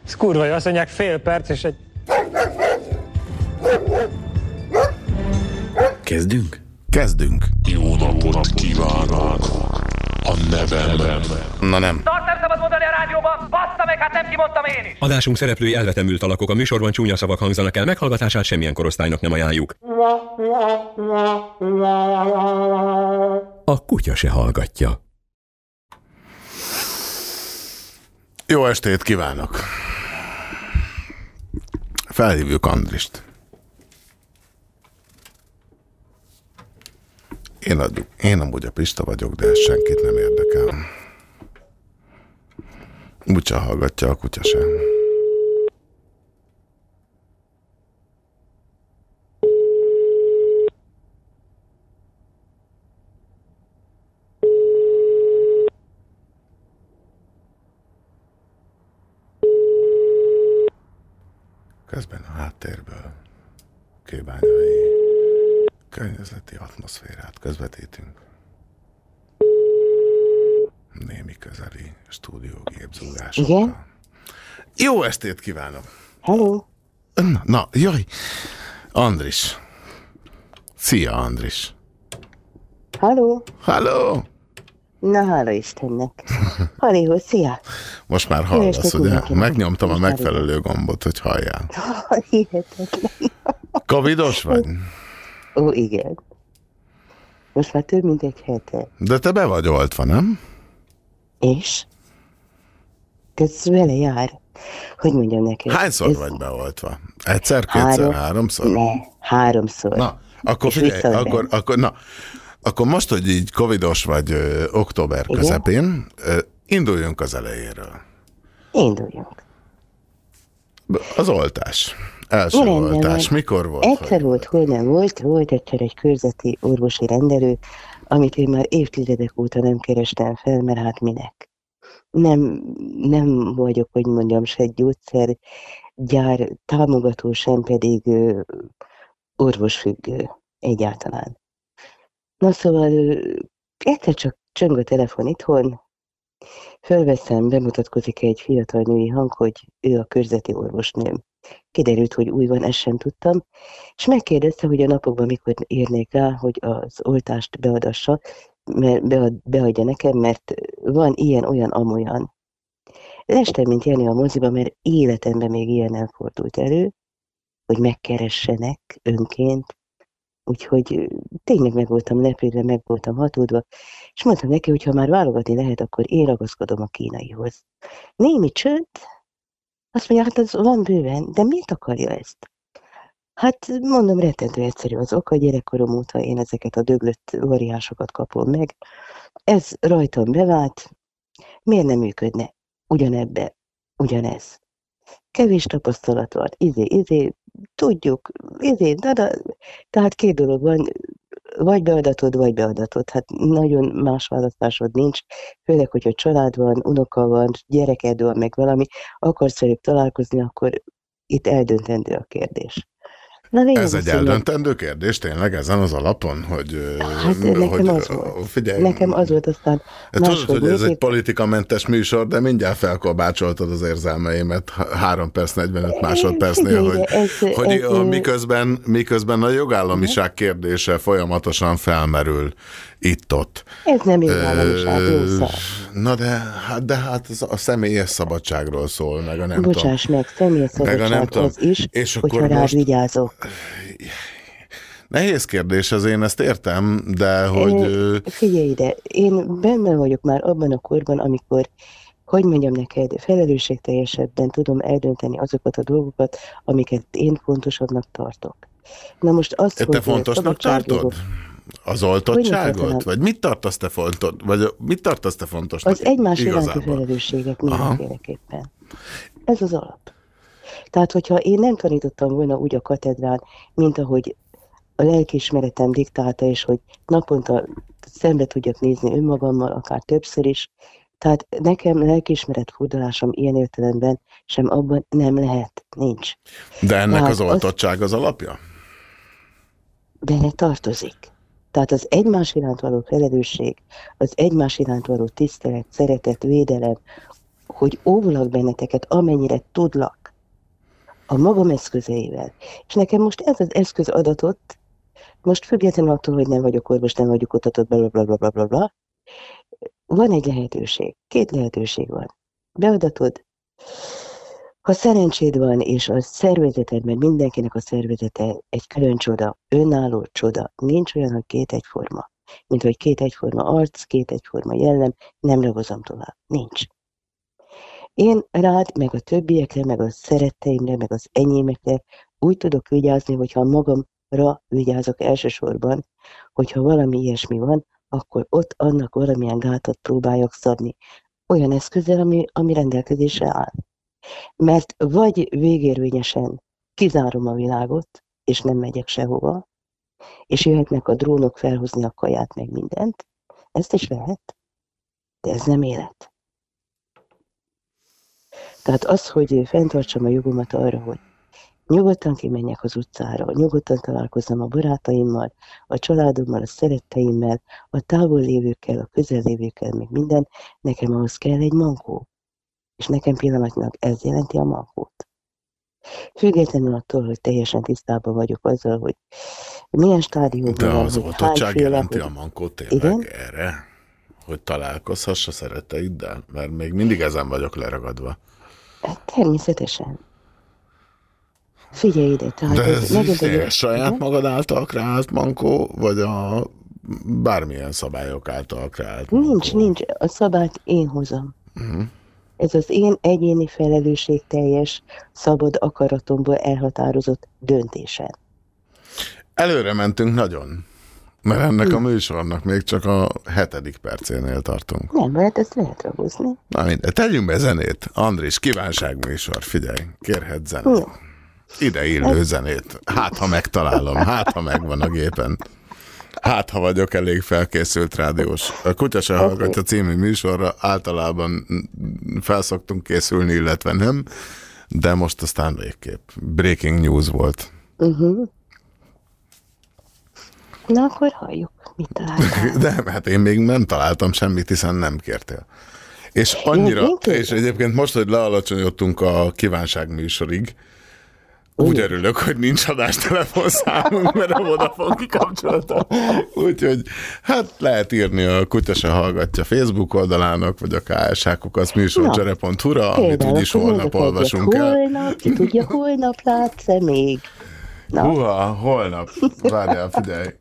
Ez kurva jó, azt mondják fél perc és egy... Kezdünk? Kezdünk. Jó napot kívánok! A nevem. Na nem. Tart nem szabad mondani a rádióban, bassza meg, hát nem kimondtam én is! Adásunk szereplői elvetemült alakok, a műsorban csúnya szavak hangzanak el, meghallgatását semmilyen korosztálynak nem ajánljuk. A kutya se hallgatja. Jó estét kívánok. Felhívjuk Andrist. Én amúgy a Pista vagyok, de ez senkit nem érdekel. Úgyse hallgatja a kutya sem. Közben a háttérből kőbányai környezeti atmoszférát közvetítünk. Némi közeli stúdiógép zúgásokkal. Igen? Jó estét kívánok! Hello? Na, jaj! Andris. Szia, Andris. Halló? Halló! Na, hála Istennek. Halihó, szia! Most már hallasz, ugye? Megnyomtam a megfelelő gombot, hogy halljál. Hihetetlen. Covidos vagy? Ó, igen. Most már több mint egy hete. De te be vagy oltva, nem? És? Ez vele jár. Hogy mondjam neked? Hányszor vagy beoltva? Egyszer, kétszer, háromszor? Ne, háromszor. Na, akkor figyelj, akkor most, hogy így covidos vagy október igen? közepén, induljunk az elejéről. Induljunk. Az oltás. Első oltás. Mikor volt? Egyszer volt, hol nem volt. Volt egyszer egy körzeti orvosi rendelő, amit én már évtizedek óta nem kerestem fel, mert hát minek. Nem vagyok, hogy mondjam, se gyógyszergyár támogató, sem pedig orvosfüggő egyáltalán. Na szóval egyszer csak csöng a telefon itthon, fölveszem, bemutatkozik egy fiatal női hang, hogy ő a körzeti orvosnőm. Kiderült, hogy új van, ezt sem tudtam, és megkérdezte, hogy a napokban mikor érnék rá, hogy az oltást beadassa, beadja nekem, mert van ilyen, olyan, amolyan. Lestem, mint Jenny a moziba, mert életemben még ilyen nem fordult elő, hogy megkeressenek önként, úgyhogy tényleg meg voltam lepődve, meg voltam hatódva, és mondtam neki, hogy ha már válogatni lehet, akkor én ragaszkodom a kínaihoz. Némi csönd, azt mondja, hát az van bőven, de miért akarja ezt? Hát mondom, rettentő egyszerű az oka, gyerekkorom óta én ezeket a döglött variánsokat kapom meg. Ez rajtam bevált, miért nem működne ugyanebbe, ugyanez? Kevés tapasztalat van, tudjuk, tehát két dolog van, vagy beadatod, hát nagyon más választásod nincs, főleg, hogyha család van, unoka van, gyereked van, meg valami, akarsz velük találkozni, akkor itt eldöntendő a kérdés. Na, ez egy eldöntendő kérdés, tényleg ezen az alapon, hogy... Hát nekem az volt. Figyelj, nekem az volt, aztán... Tudod, hogy ez egy politikamentes műsor, de mindjárt felkorbácsoltad az érzelmeimet 3 perc 45 másodpercnél, hogy miközben a jogállamiság kérdése folyamatosan felmerül itt-ott. Ez nem jogállamiság, jószar. Na de hát a személyes szabadságról szól, meg a nem tudom. Bocsáss meg, személyes szabadság az is, és hogyha rád vigyázok. Nehéz kérdés ez, én ezt értem, de hogy... Figyelj ide, én benne vagyok már abban a korban, amikor, hogy mondjam neked, felelősségteljesebben tudom eldönteni azokat a dolgokat, amiket én fontosabbnak tartok. Na most azt, te fontosnak tartod? Az oltottságot? Vagy mit tartasz te fontosnak? Az egymás iránti felelősséget mindenféleképpen. Ez az alap. Tehát, hogyha én nem tanítottam volna úgy a katedrán, mint ahogy a lelkiismeretem diktálta, és hogy naponta szembe tudjak nézni önmagammal, akár többször is, tehát nekem lelkiismeret fordulásom ilyen értelemben sem abban nem lehet, nincs. De ennek az oltottság az alapja? Benne tartozik. Tehát az egymás iránt való felelősség, az egymás iránt való tisztelet, szeretet, védelem, hogy óvlak benneteket, amennyire tudlak a magam eszközeivel. És nekem most ez az eszköz adatot, most függetlenül attól, hogy nem vagyok orvos, nem vagyok kutatott, blablabla, van egy lehetőség, 2 lehetőség van. Beadatod, ha szerencséd van, és a szervezeted, mert mindenkinek a szervezete egy külön csoda, önálló csoda, nincs olyan, hogy 2 egyforma, mint hogy 2 egyforma arc, 2 egyforma jellem, nem ragozom tovább, nincs. Én rád, meg a többiekre, meg a szeretteimre, meg az enyémekre úgy tudok vigyázni, hogyha magamra vigyázok elsősorban, hogyha valami ilyesmi van, akkor ott annak valamilyen gátat próbáljak szabni. Olyan eszközzel, ami rendelkezésre áll. Mert vagy végérvényesen kizárom a világot, és nem megyek sehova, és jöhetnek a drónok felhozni a kaját, meg mindent. Ezt is lehet, de ez nem élet. Tehát az, hogy fenntartsam a jogomat arra, hogy nyugodtan kimenjek az utcára, nyugodtan találkozzam a barátaimmal, a családommal, a szeretteimmel, a távol lévőkkel, a közel lévőkkel, meg minden, nekem ahhoz kell egy mankó. És nekem pillanatnyilag ez jelenti a mankót. Függetlenül attól, hogy teljesen tisztában vagyok azzal, hogy milyen stádiumban de van, az hogy oltottság jelenti hogy... a mankót tényleg Igen? erre? Hogy találkozhass a szeretteiddel? Mert még mindig ezen vagyok leragadva. Természetesen. Figyelj ide, tehát... De ez saját igen? magad által kreált mankó, vagy a bármilyen szabályok által kreált mankó? Nincs. A szabályt én hozom. Ez az én egyéni felelősségteljes, szabad akaratomból elhatározott döntésem. Előre mentünk nagyon, mert ennek a műsornak még csak a 7. percénél tartunk. Nem, mert ezt lehet ragozni. Na mindegy, tegyünk be zenét. Andris, kívánságműsor, figyelj, kérhet zenét. Jó. Ide illő zenét. Hát, ha megtalálom, hát, ha megvan a gépen. Hát, ha vagyok elég felkészült rádiós. A Kutya se hallgatja című műsorra általában felszoktunk készülni, illetve nem, de most aztán végképp. Breaking news volt. Na akkor halljuk, mit találtál. De hát én még nem találtam semmit, hiszen nem kértél. És annyira, és egyébként most, hogy lealacsonyodtunk a kívánság műsorig, úgy örülök, hogy nincs adástelefonszámunk, mert a Vodafone kikapcsolta. Úgyhogy hát lehet írni a Kutya se hallgatja Facebook oldalának, vagy a ksk@műsorcsere.hu-ra, amit úgyis holnap olvasunk el. Holnap, ki tudja, holnap látsz-e még? Húha, holnap. Várjál, figyelj.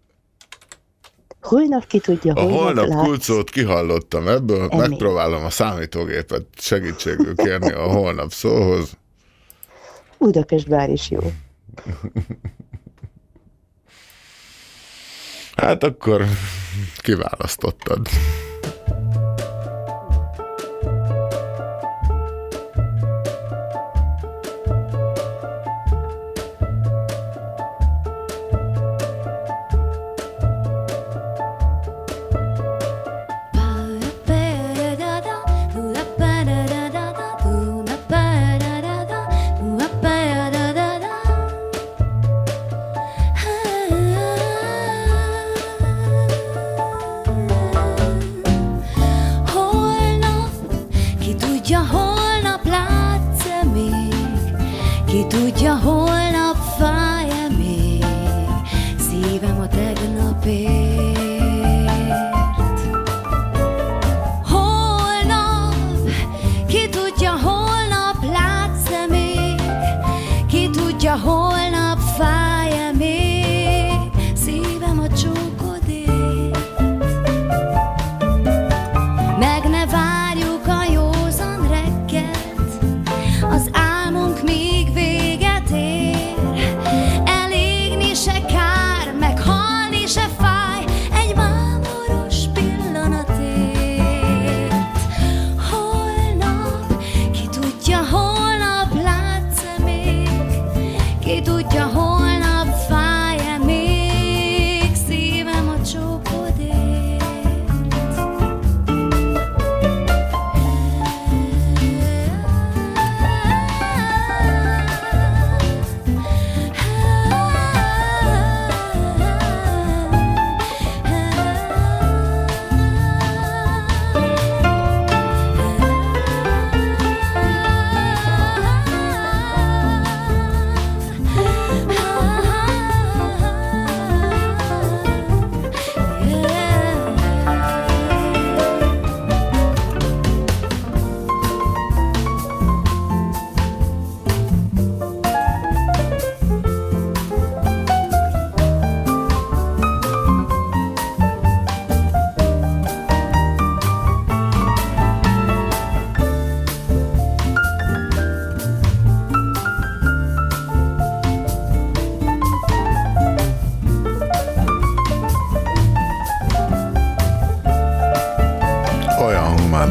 Holnap ki tudja, A holnap látsz. kulcsot kihallottam ebből, megpróbálom a számítógépet segítségül kérni a holnap szóhoz. Budapest bár is jó. Hát akkor kiválasztottad.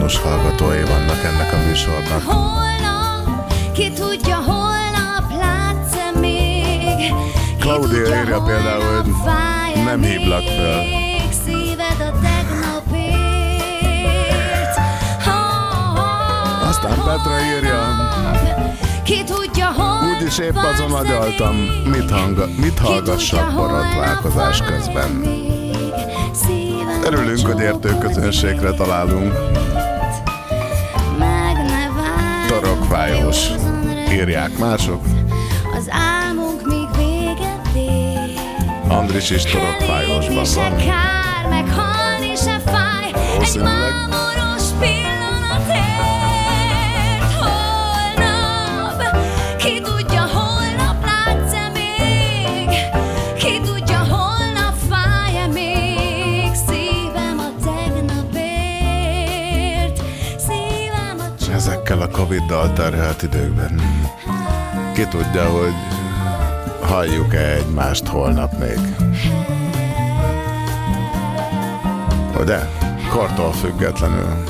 milliós hallgatói vannak ennek a műsornak. Holnap, ki tudja, holnap látsz-e még? Claudia írja például, hogy nem hívlak föl. Szíved a tegnapért. Aztán Petra írja, Ki tudja, holnap úgyis épp azon agyaltam, mit hallgassak borotválkozás közben. Örülünk, hogy értő közönségre találunk. Torokvályós, írják mások. Az álmunk még véget ér. Andris is torokvályósban Elégni se van. kár, meghalni se fáj. Egy Valószínűleg. mámoros pillanatért. Holnap, ki tudja, holnap látsz-e még? Ki tudja, holnap fáj-e még? Szívem a tegnapért. Szívem a Ezekkel a Covid-dal terhelt időkben. Ki tudja, hogy halljuk-e egymást holnap még. De kortól függetlenül.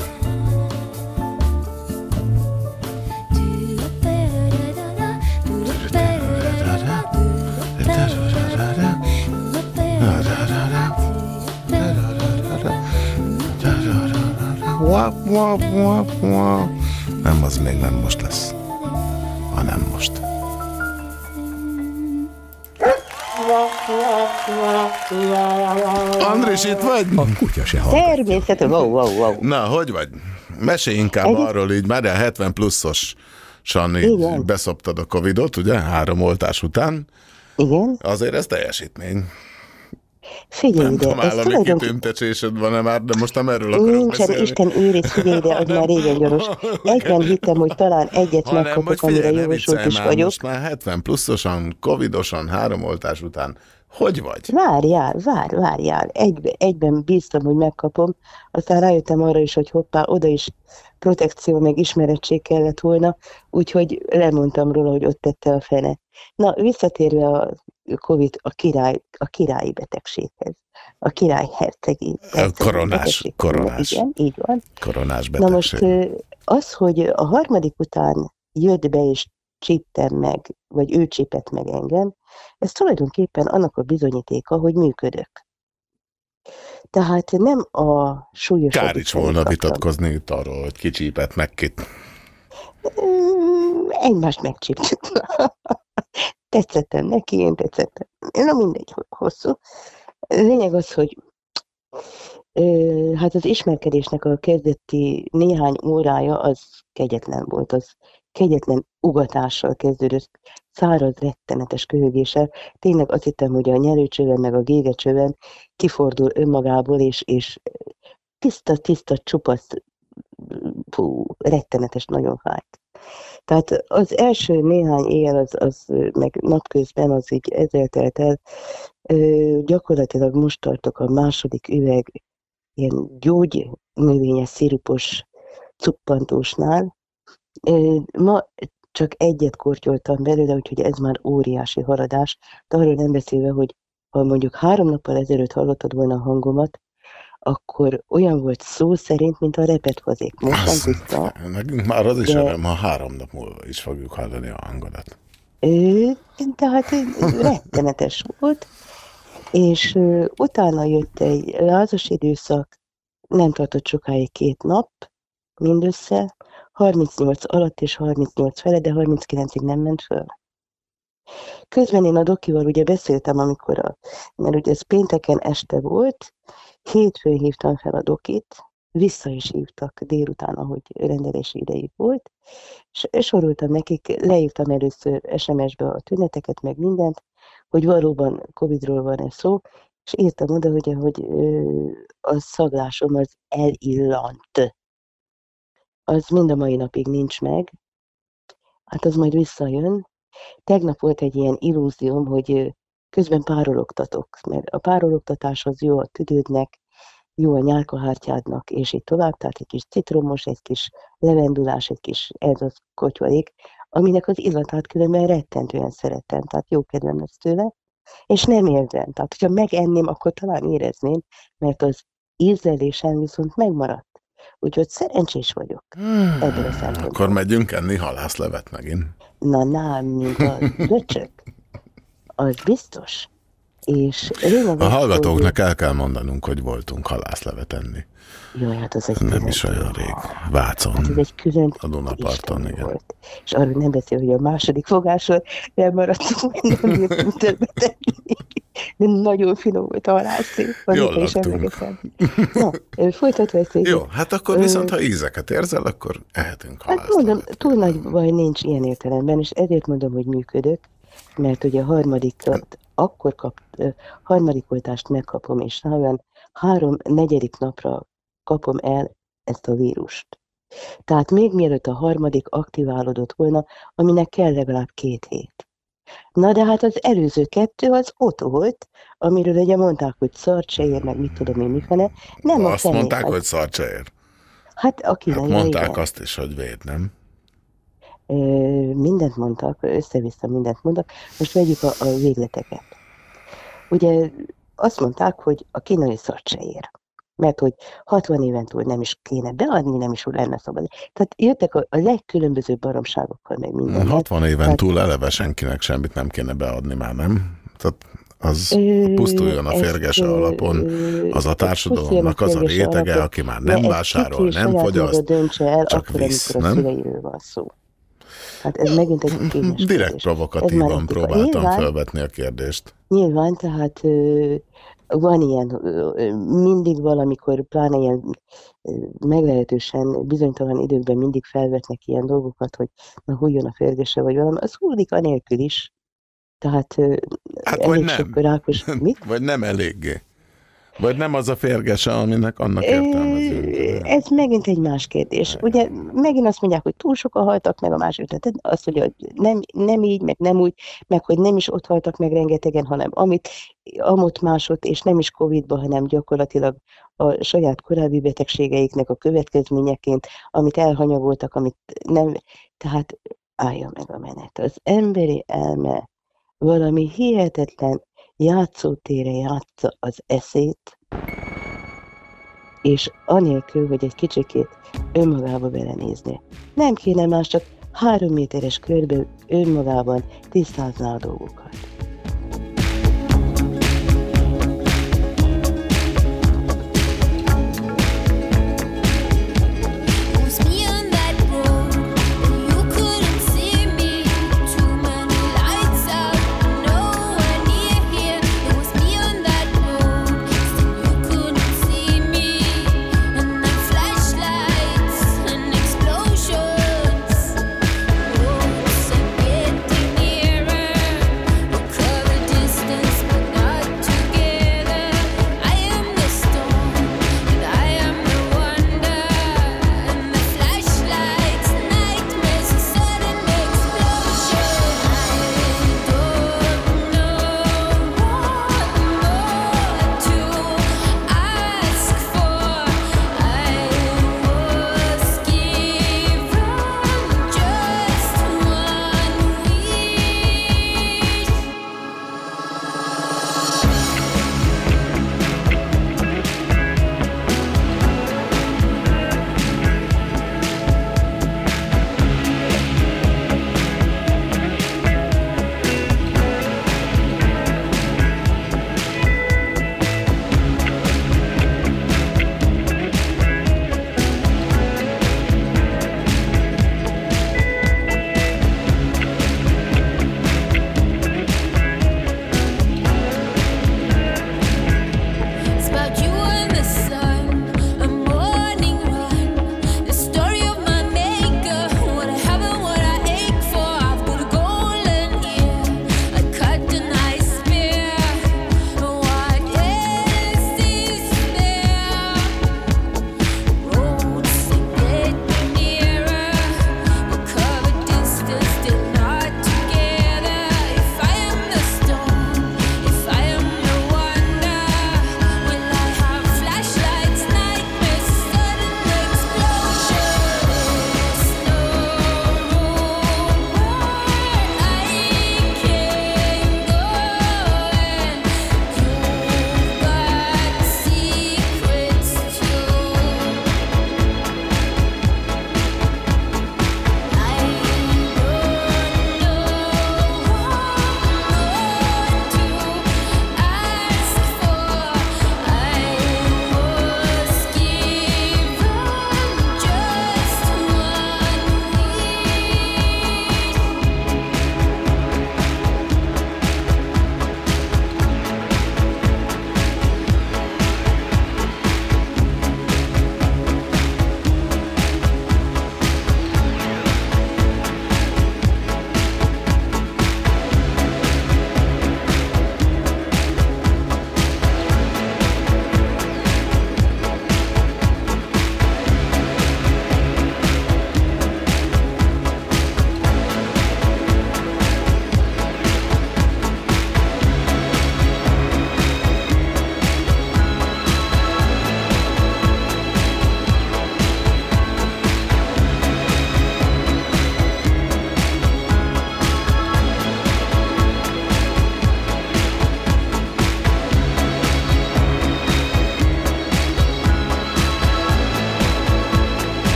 Nem, az még nem most lesz. Nem most. Andris, itt vagy? A kutya se hallgat. Természetesen, wow. Na, hogy vagy? Mesélj inkább arról, így már 70 pluszosan így beszoptad a Covidot, ugye? 3 oltás után. Igen. Azért ez teljesítmény. Figyelj Nem ide, tudom, ez állami tulajdonképpen... kitüntetésed van-e már, de most nem erről akarok Nincsen, beszélni. Isten őriz, figyelj ide, az már régen gyanús. Egyben hittem, hogy talán egyet megkapok, amire jogosult is vagyok. Most már 70 pluszosan, covidosan, 3 oltás után. Hogy vagy? Várjál. Egyben bíztam, hogy megkapom, aztán rájöttem arra is, hogy hoppá, oda is protekció meg ismerettség kellett volna, úgyhogy lemondtam róla, hogy ott tette a fene. Na, visszatérve a Covid a királyi betegséghez. A király hercegi Koronás. Igen, így van. Koronás Na betegség. most az, hogy a harmadik után jött be és csíptem meg, vagy ő csípett meg engem, ez tulajdonképpen annak a bizonyítéka, hogy működök. Tehát nem a súlyos... Kár is volna vitatkozni itt arról, hogy ki csípett meg kit. Egymást megcsíptük. Tetszettem neki, én tetszettem. Na mindegy, hosszú. Lényeg az, hogy hát az ismerkedésnek a kezdeti néhány órája az kegyetlen volt, az kegyetlen ugatással kezdődött, száraz, rettenetes köhögéssel. Tényleg azt hittem, hogy a nyelőcsőben meg a gégecsőben kifordul önmagából, és tiszta, csupasz, rettenetes, nagyon fájt. Tehát az első néhány éjjel, az meg napközben az így ezzel telt el. Gyakorlatilag most tartok a második üveg ilyen gyógynövényes szirupos cuppantósnál. Ma csak egyet kortyoltam belőle, úgyhogy ez már óriási haladás. De arról nem beszélve, hogy ha mondjuk 3 nappal ezelőtt hallottad volna a hangomat, akkor olyan volt szó szerint, mint a repetfazék. Most nem tiszta. Nekünk már az is öröm, ha 3 nap múlva is fogjuk hallani a hangodat. Tehát rettenetes volt, és utána jött egy lázas időszak, nem tartott sokáig 2 nap, mindössze, 38 alatt és 38 fele, de 39-ig nem ment föl. Közben én a dokival ugye beszéltem, mert ugye ez pénteken este volt, hétfőn hívtam fel a dokit, vissza is hívtak délután, ahogy rendelési idejük volt, és soroltam nekik, leírtam először SMS-be a tüneteket, meg mindent, hogy valóban Covid-ról van-e szó, és írtam oda, hogy a szaglásom az elillant. Az mind a mai napig nincs meg, hát az majd visszajön. Tegnap volt egy ilyen illúzióm, hogy közben párologtatok, mert a párologtatáshoz jó a tüdődnek, jó a nyálkahártyádnak, és így tovább, tehát egy kis citromos, egy kis levendulás, egy kis ez az kotyvalék, aminek az illatát különben rettentően szerettem, tehát jó kedvem lesz tőle, és nem érzem. Tehát, hogyha megenném, akkor talán érezném, mert az ízlelésen viszont megmaradt. Úgyhogy szerencsés vagyok ebből a szempontból. Akkor megyünk enni halászlevet megint. Na, mint a döcsök. Az biztos. És a hallgatóknak el kell mondanunk, hogy voltunk halászlevet enni. Jaj, hát az egy nem is olyan rég. Vácon. Hát ez egy külön a Dunaparton, igen. Volt. És arról nem beszél, hogy a második fogásról elmaradtunk, nem bírtunk többet tenni. De nagyon finom volt a halászlé. Jól laktunk. Na, folytatva ezt. Jó, hát akkor viszont, ha ízeket érzel, akkor ehetünk halászlevet. Hát mondom, túl nagy baj nincs ilyen értelemben, és ezért mondom, hogy működök, mert ugye a harmadik oltást megkapom, és olyan 3-4. napra kapom el ezt a vírust. Tehát még mielőtt a harmadik aktiválódott volna, aminek kell legalább 2 hét. Na de hát az előző 2 az ott volt, amiről ugye mondták, hogy szart se ér, meg mit tudom én mifene. Nem azt mondták, hogy szart se ér. Hát a kínai, mondták igen. Azt is, hogy véd, nem? Mindent mondtak, össze-vissza mindent mondtak. Most vegyük a végleteket. Ugye azt mondták, hogy a kínai szart se ér. Mert hogy 60 éven túl nem is kéne beadni, nem is lenne szabad. Tehát jöttek a legkülönbözőbb baromságokkal meg minden. 60 éven túl eleve senkinek semmit nem kéne beadni már, nem? Tehát az pusztuljon a férgese alapon, az a társadalomnak az a rétege, alapon, aki már nem vásárol, nem fogyaszt, el, csak akkor, visz, nem? A szüleiről van szó. Hát ez megint egy kényes direkt provokatívan próbáltam felvetni a kérdést. Nyilván, tehát van ilyen, mindig valamikor, pláne ilyen meglehetősen bizonytalan időkben mindig felvetnek ilyen dolgokat, hogy na hújjon a férgese, vagy valami, az húlik anélkül is. Tehát hát vagy nem. Rákos, mit? Vagy nem eléggé. Vagy nem az a férgese, aminek annak értelmezünk. Ez megint egy más kérdés. Ugye megint azt mondják, hogy túl sokan haltak meg a másik. Tehát azt mondja, hogy nem így, meg nem úgy, meg hogy nem is ott haltak meg rengetegen, hanem amott másott, és nem is Covid-ba, hanem gyakorlatilag a saját korábbi betegségeiknek a következményeként, amit elhanyagoltak, amit nem... Tehát állja meg a menet. Az emberi elme valami hihetetlen játszótérre játsza az eszét, és anélkül, hogy egy kicsikét önmagába belenézni. Nem kéne más, csak 3 méteres körbe önmagában tisztázná a dolgokat.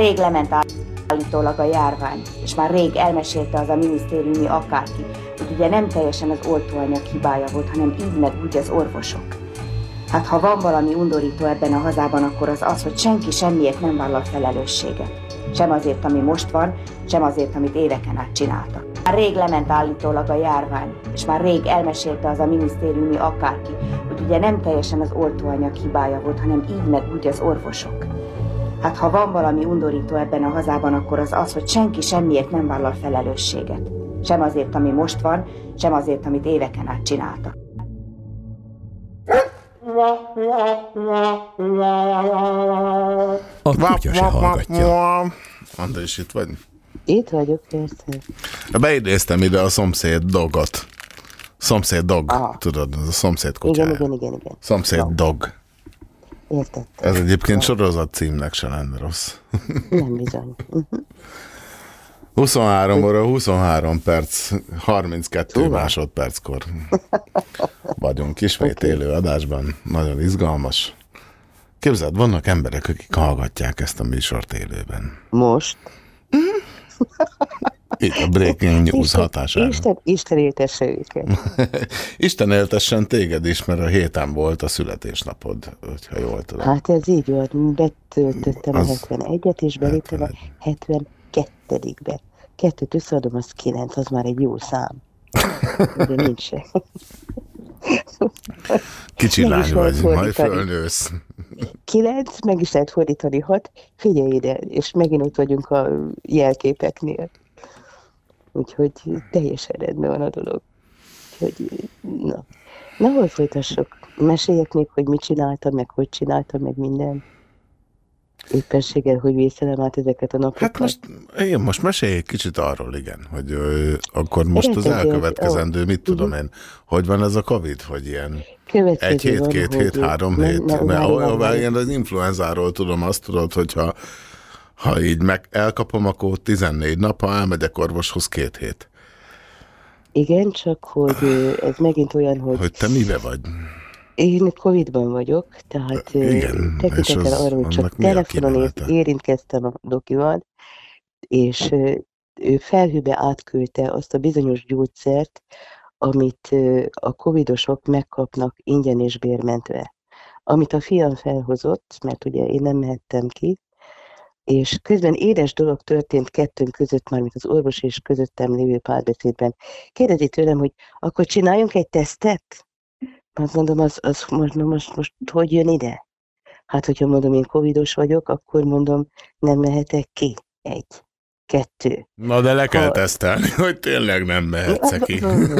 rég lement állítólag a járvány, és már rég elmesélte az a minisztériumi akárki, hogy ugye nem teljesen az oltóanyag hibája volt, hanem így meg úgy az orvosok. Hát ha van valami undorító ebben a hazában, akkor az az, hogy senki semmiért nem vállal felelősséget. Sem azért, ami most van, sem azért, amit éveken át csináltak. Már rég lement állítólag a járvány, és már rég elmesélte az a minisztériumi akárki, hogy ugye nem teljesen az oltóanyag hibája volt, hanem így meg úgy az orvosok. Hát ha van valami undorító ebben a hazában, akkor az az, hogy senki semmiért nem vállal felelősséget. Sem azért, ami most van, sem azért, amit éveken át csináltak. A kutya se hallgatja. András, itt vagy? Itt vagyok, persze. Beidéztem ide a szomszéd dogot. Szomszéd dog, tudod, ez a szomszéd kutyája. Igen. Szomszéd dog. Értettem. Ez egyébként sorozat címnek se lenne rossz. Nem bizony. 23 óra, 23 perc, 32 másodperckor vagyunk ismét élő adásban. Nagyon izgalmas. Képzeld, vannak emberek, akik hallgatják ezt a műsort élőben. Most? Itt a Breaking News hatására. Isten éltesse őket. Isten éltessen téged is, mert a héten volt a születésnapod, hogyha jól tudom. Hát ez így volt, betöltöttem a 71-et, és beléptem a 72-be. 2-t összeadom, az 9, az már egy jó szám. De nincs se. Kicsi lány vagy, majd fölnősz. 9, meg is lehet fordítani 6, figyelj ide, és megint ott vagyunk a jelképeknél. Úgyhogy teljesen rendben van a dolog. Úgyhogy, na hol folytassuk? Meséljek még, hogy mit csináltam, meg hogy csináltam, meg minden. Éppenséggel, hogy vészelem át ezeket a napokat. Hát most mesélj egy kicsit arról, igen, hogy akkor most az elkövetkezendő, mit tudom én, hogy van ez a Covid, hogy ilyen 1 hét, 2 hét, 3 hét, mert én az influenzáról tudom, azt tudod, hogyha így elkapom, akkor 14 nap, ha elmegyek orvoshoz 2 hét. Igen, csak hogy ez megint olyan, hogy... Hogy te mibe vagy? Én Covid-ban vagyok, tehát tekintettel arra, hogy csak telefonon érintkeztem a dokival, és ő felhőbe átküldte azt a bizonyos gyógyszert, amit a covidosok megkapnak ingyen és bérmentve. Amit a fiam felhozott, mert ugye én nem mehettem ki, és közben édes dolog történt kettőnk között, mármint az orvos és közöttem lévő párbeszédben. Kérdezi tőlem, hogy akkor csináljunk egy tesztet? Azt mondom, most hogy jön ide? Hát, hogyha mondom, én covidos vagyok, akkor mondom, nem mehetek ki. 1, 2. Na, de le kell tesztelni, hogy tényleg nem mehetsz ki.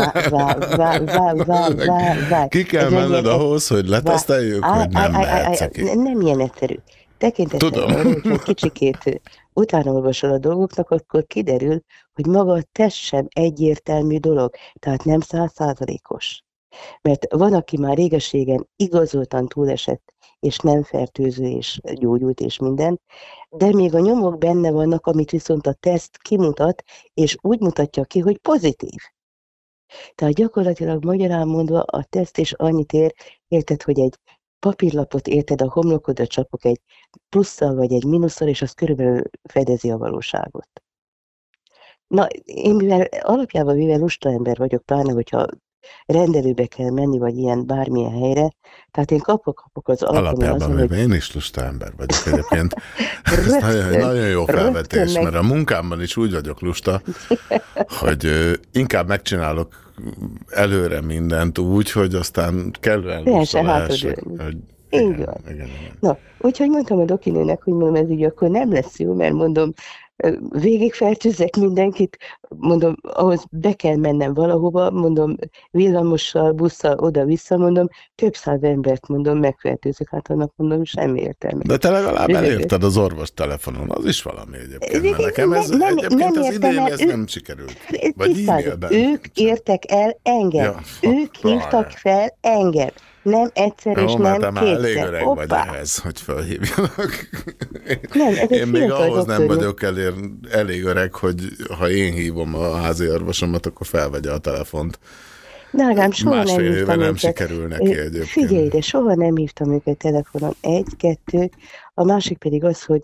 Ki kell menned ahhoz, hogy leteszteljük, hogy nem mehetsz ki. Nem ilyen egyszerű. Tekintettel arra, hogy kicsikét utána olvasol a dolgoknak, akkor kiderül, hogy maga a teszt sem egyértelmű dolog, tehát nem 100%-os. Mert van, aki már réges-régen igazoltan túlesett, és nem fertőző, és gyógyult, és minden, de még a nyomok benne vannak, amit viszont a teszt kimutat, és úgy mutatja ki, hogy pozitív. Tehát gyakorlatilag magyarán mondva a teszt is annyit ér, érted, hogy egy papírlapot érted a homlokodra csapok egy plusszal vagy egy mínusszal, és az körülbelül fedezi a valóságot. Na, én alapjában mivel lusta ember vagyok, pláne, hogyha rendelőbe kell menni, vagy ilyen bármilyen helyre, tehát én kapok az alapjában hogy... Én is lusta ember vagyok egyébként. Ez nagyon jó felvetés, mert a munkámban is úgy vagyok lusta, hogy inkább megcsinálok előre mindent úgy, hogy aztán kellően lusta lehessek. Igen. Na, úgyhogy mondtam a dokinőnek, hogy mondom, ez így akkor nem lesz jó, mert mondom, végigfertőzzek mindenkit, mondom, ahhoz be kell mennem valahova, mondom, villamossal, busszal, oda-vissza, mondom, több száz embert, mondom, megfertőzök, hát annak mondom, semmi értelme. De te legalább elérted az orvos telefonon, az is valami egyébként, mert nekem ez egyébként az idején ez nem sikerült. Vagy ők értek el engem, ők hívtak fel engem. Nem egyszer és nem kétszer. Már elég öreg vagy ehhez, hogy felhívjanak. Én még ahhoz nem vagyok elég öreg, hogy ha én hívom a házi orvosomat, akkor felvegye a telefont. Drágám, soha nem hívtam éve nem sikerül neki egyébként. Figyelj, de soha nem hívtam őket telefonon. 1, 2, a másik pedig az, hogy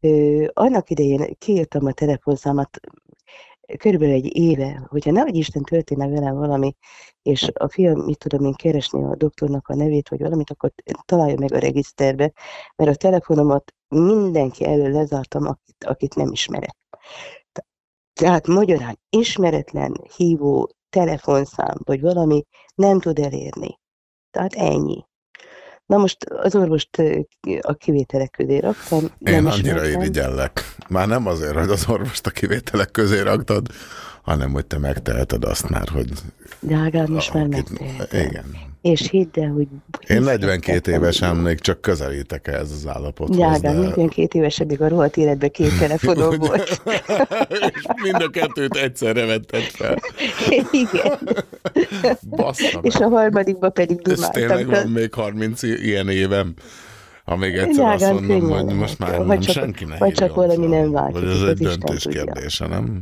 Annak idején kiírtam a telefonszámat körülbelül egy éve, hogyha nehogy Isten történne velem valami, és a fiam, mit tudom én, keresni a doktornak a nevét, vagy valamit, akkor találja meg a regiszterbe, mert a telefonomat mindenki elől lezártam, akit nem ismerek. Tehát magyarán ismeretlen hívó telefonszám, vagy valami nem tud elérni. Tehát ennyi. Na most az orvost a kivételek közé raktam. Én annyira irigyellek. Már nem azért, hogy az orvost a kivételek közé raktad, hanem hogy te megteheted azt már, hogy... Drágám, most már megteheted. Igen. És hidd el, hogy... Én 42 évesen még csak közelítek ehhez az állapothoz. Drágám, 42 évesen még a rohadt életben 2 telefonom volt. És mind a kettőt egyszerre vetted fel. Igen. Bassza meg. És a harmadikban pedig dumáltam. És tényleg van még 30 ilyen évem, ha még egyszer azt mondom, hogy most már nem senki ne vagy csak valami nem változik. Vagy ez egy döntés kérdése, nem?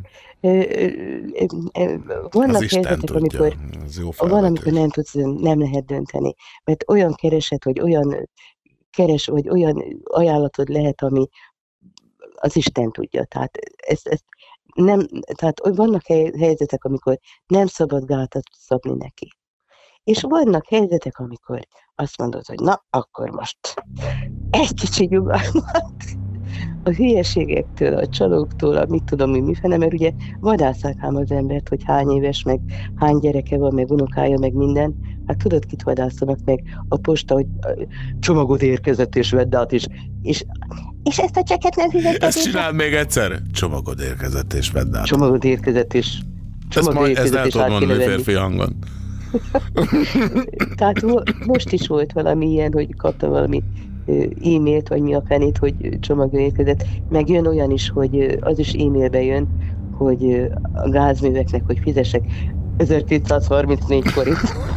Vannak helyzetek, amikor nem lehet dönteni, mert olyan kereset, vagy olyan ajánlatod lehet, ami az Isten tudja. Tehát tehát vannak helyzetek, amikor nem szabad gátat szabni neki. És vannak helyzetek, amikor azt mondod, hogy na, akkor most egy kicsi nyugalmat. A hülyeségektől, a csalóktól, a mit tudom, mifene, mert ugye vadásszák ám az embert, hogy hány éves, meg hány gyereke van, meg unokája, meg minden. Hát tudod, kit vadászanak meg a posta, hogy csomagod érkezett, és vedd át is. És ezt a cseket nem fizetted. Ezt csináld még egyszer. Csomagod érkezett, és vedd át. Csomagod érkezett, és ezt el tudod mondani férfi hangon. Tehát most is volt valami ilyen, hogy kaptam valami e-mailt, vagy mi a fenét, hogy csomagja érkezett. Meg jön olyan is, hogy az is e-mailbe jön, hogy a gázműveknek, hogy fizessek 1234 forint.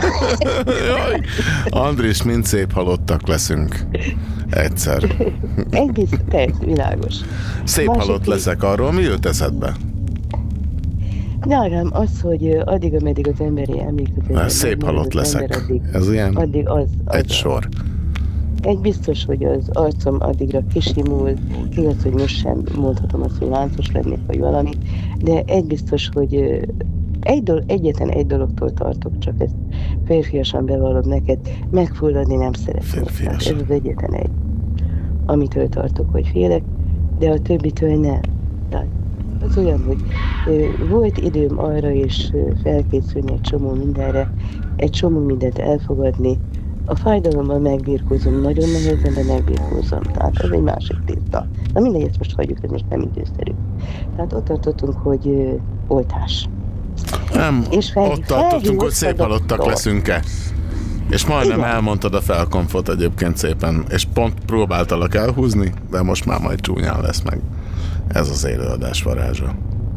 Andris, mind szép halottak leszünk. Egyszer. Persze, világos. Szép halott leszek, arról mi jött eszedbe? Drágám, az, hogy addig, ameddig az emberi emlékezet. Szép halott leszek. Addig, ez ilyen addig az egy sor. Egy biztos, hogy az arcom addigra kisimul, igaz, hogy most sem mondhatom azt, hogy láncos lennék, vagy valami, de egy biztos, hogy egyetlen egy dologtól tartok, csak ezt férfiasan bevallom neked, megfulladni nem szeretnék. Ez az egyetlen egy, amitől tartok, hogy félek, de a többitől nem. Tehát az olyan, hogy volt időm arra is felkészülni egy csomó mindenre, egy csomó mindent elfogadni. A fájdalommal megbirkózom, nagyon nehezen, de megbirkózom. Tehát ez egy másik tészta. Na mindegy, ezt most hagyjuk, ez most nem időszerű. Tehát ott tartottunk, hogy oltás. Nem, ott tartottunk, hogy szép halottak leszünk-e. És majdnem elmondtad a felkonfot egyébként szépen, és pont próbáltalak elhúzni, de most már majd csúnyán lesz meg. Ez az élőadás varázsa.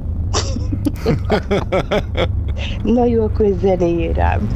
Na jó, akkor zenéjél rám.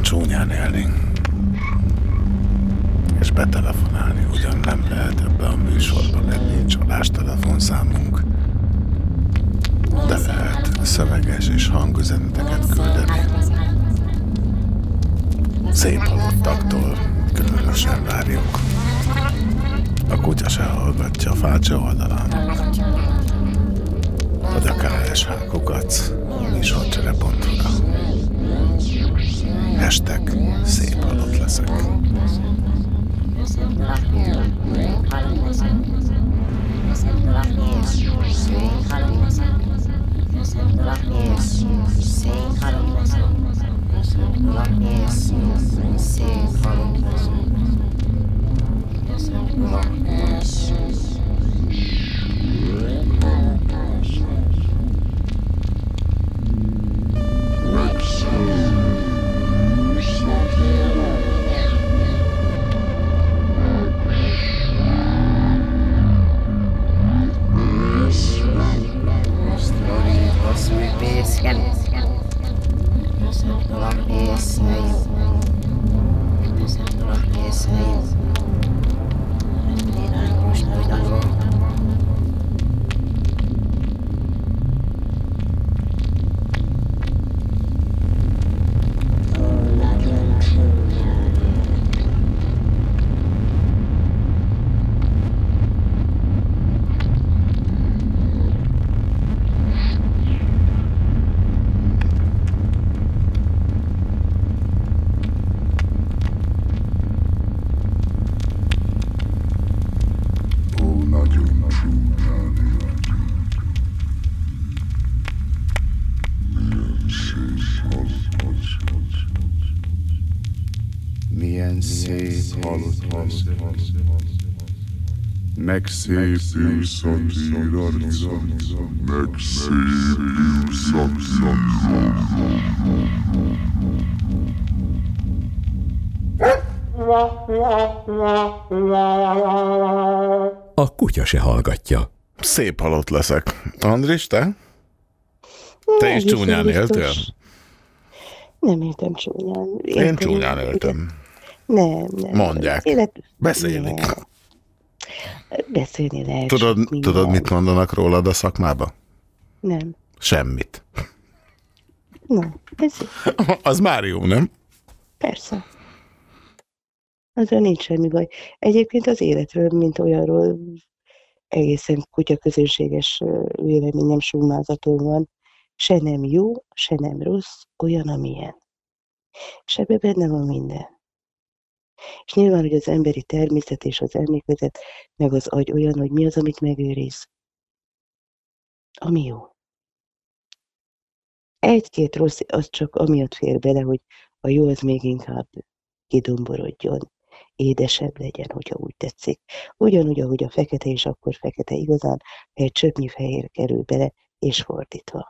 csúnyán élni. És betelefonálni ugyan nem lehet ebbe a műsorba, mert nincs adástelefonszámunk. De lehet szöveges és hangüzeneteket küldeni. Szép halottaktól különösen várjuk. A kutya se hallgatja a Fácsa oldalán. Vagy a KSH-kukac műsorcsere.hu-ra. Hashtag szép halott leszek. Milyen szép halott, meg szép őszakírarca, meg szép A kutya se hallgatja. Szép halott leszek. Andris, te? Te is csúnyán éltél? Nem éltem csúnyán. Én csúnyán éltem. Nem. Mondják. Beszélni. Beszélni lehet. Tudod, mit mondanak rólad a szakmába? Nem. Semmit. Na, ez... Az már jó, nem? Persze. Azzal nincs semmi baj. Egyébként az életről, mint olyanról egészen kutyaközönséges véleményem summázaton van. Se nem jó, se nem rossz, olyan, amilyen. És ebben benne van minden. És nyilván, hogy az emberi természet és az emlékezet, meg az agy olyan, hogy mi az, amit megőriz. Ami jó. Egy-két rossz, az csak amiatt fér bele, hogy a jó az még inkább kidomborodjon, édesebb legyen, hogyha úgy tetszik. Ugyanúgy, ahogy a fekete is akkor fekete igazán, egy csöpnyi fehér kerül bele, és fordítva.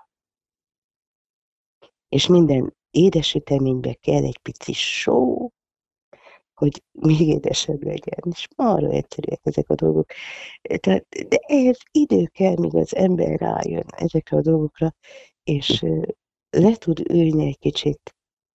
És minden édes süteménybe kell egy pici só, hogy még édesebb legyen. És marha egyszerűek ezek a dolgok. Tehát, de ehhez idő kell, míg az ember rájön ezekre a dolgokra, és le tud ülni egy kicsit,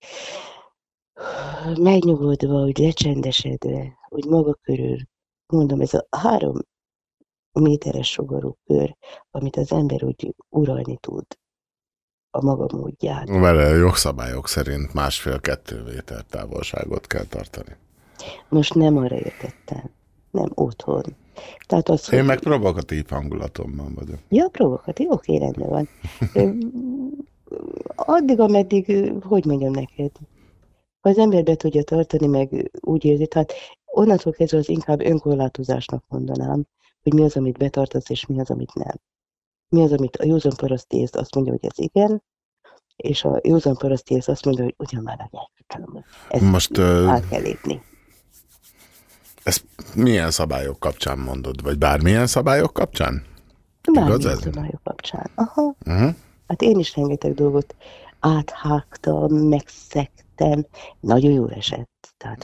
megnyugodva, hogy lecsendesedve, hogy maga körül, mondom, ez a 3 méteres sugarú kör, amit az ember úgy uralni tud a maga módján. Vele jogszabályok szerint 1,5-2 méter távolságot kell tartani. Most nem arra értettem, nem otthon. Tehát az, én meg provokatív hangulatomban vagyok. Ja, provokatív, oké, rendben van. Addig, ameddig, hogy mondjam neked, ha az ember be tudja tartani, meg úgy érzi, tehát onnantól kezdve az inkább önkorlátozásnak mondanám, hogy mi az, amit betartasz, és mi az, amit nem. Mi az, amit a józan paraszti ész azt mondja, hogy ez igen, és a józan paraszti ész azt mondja, hogy ugyan már ezt most át kell lépni. Ezt milyen szabályok kapcsán mondod? Vagy bármilyen szabályok kapcsán? Bármilyen szabályok kapcsán. Aha. Hát én is rengeteg dolgot áthágtam, megszegtem. Nagyon jól esett. Tehát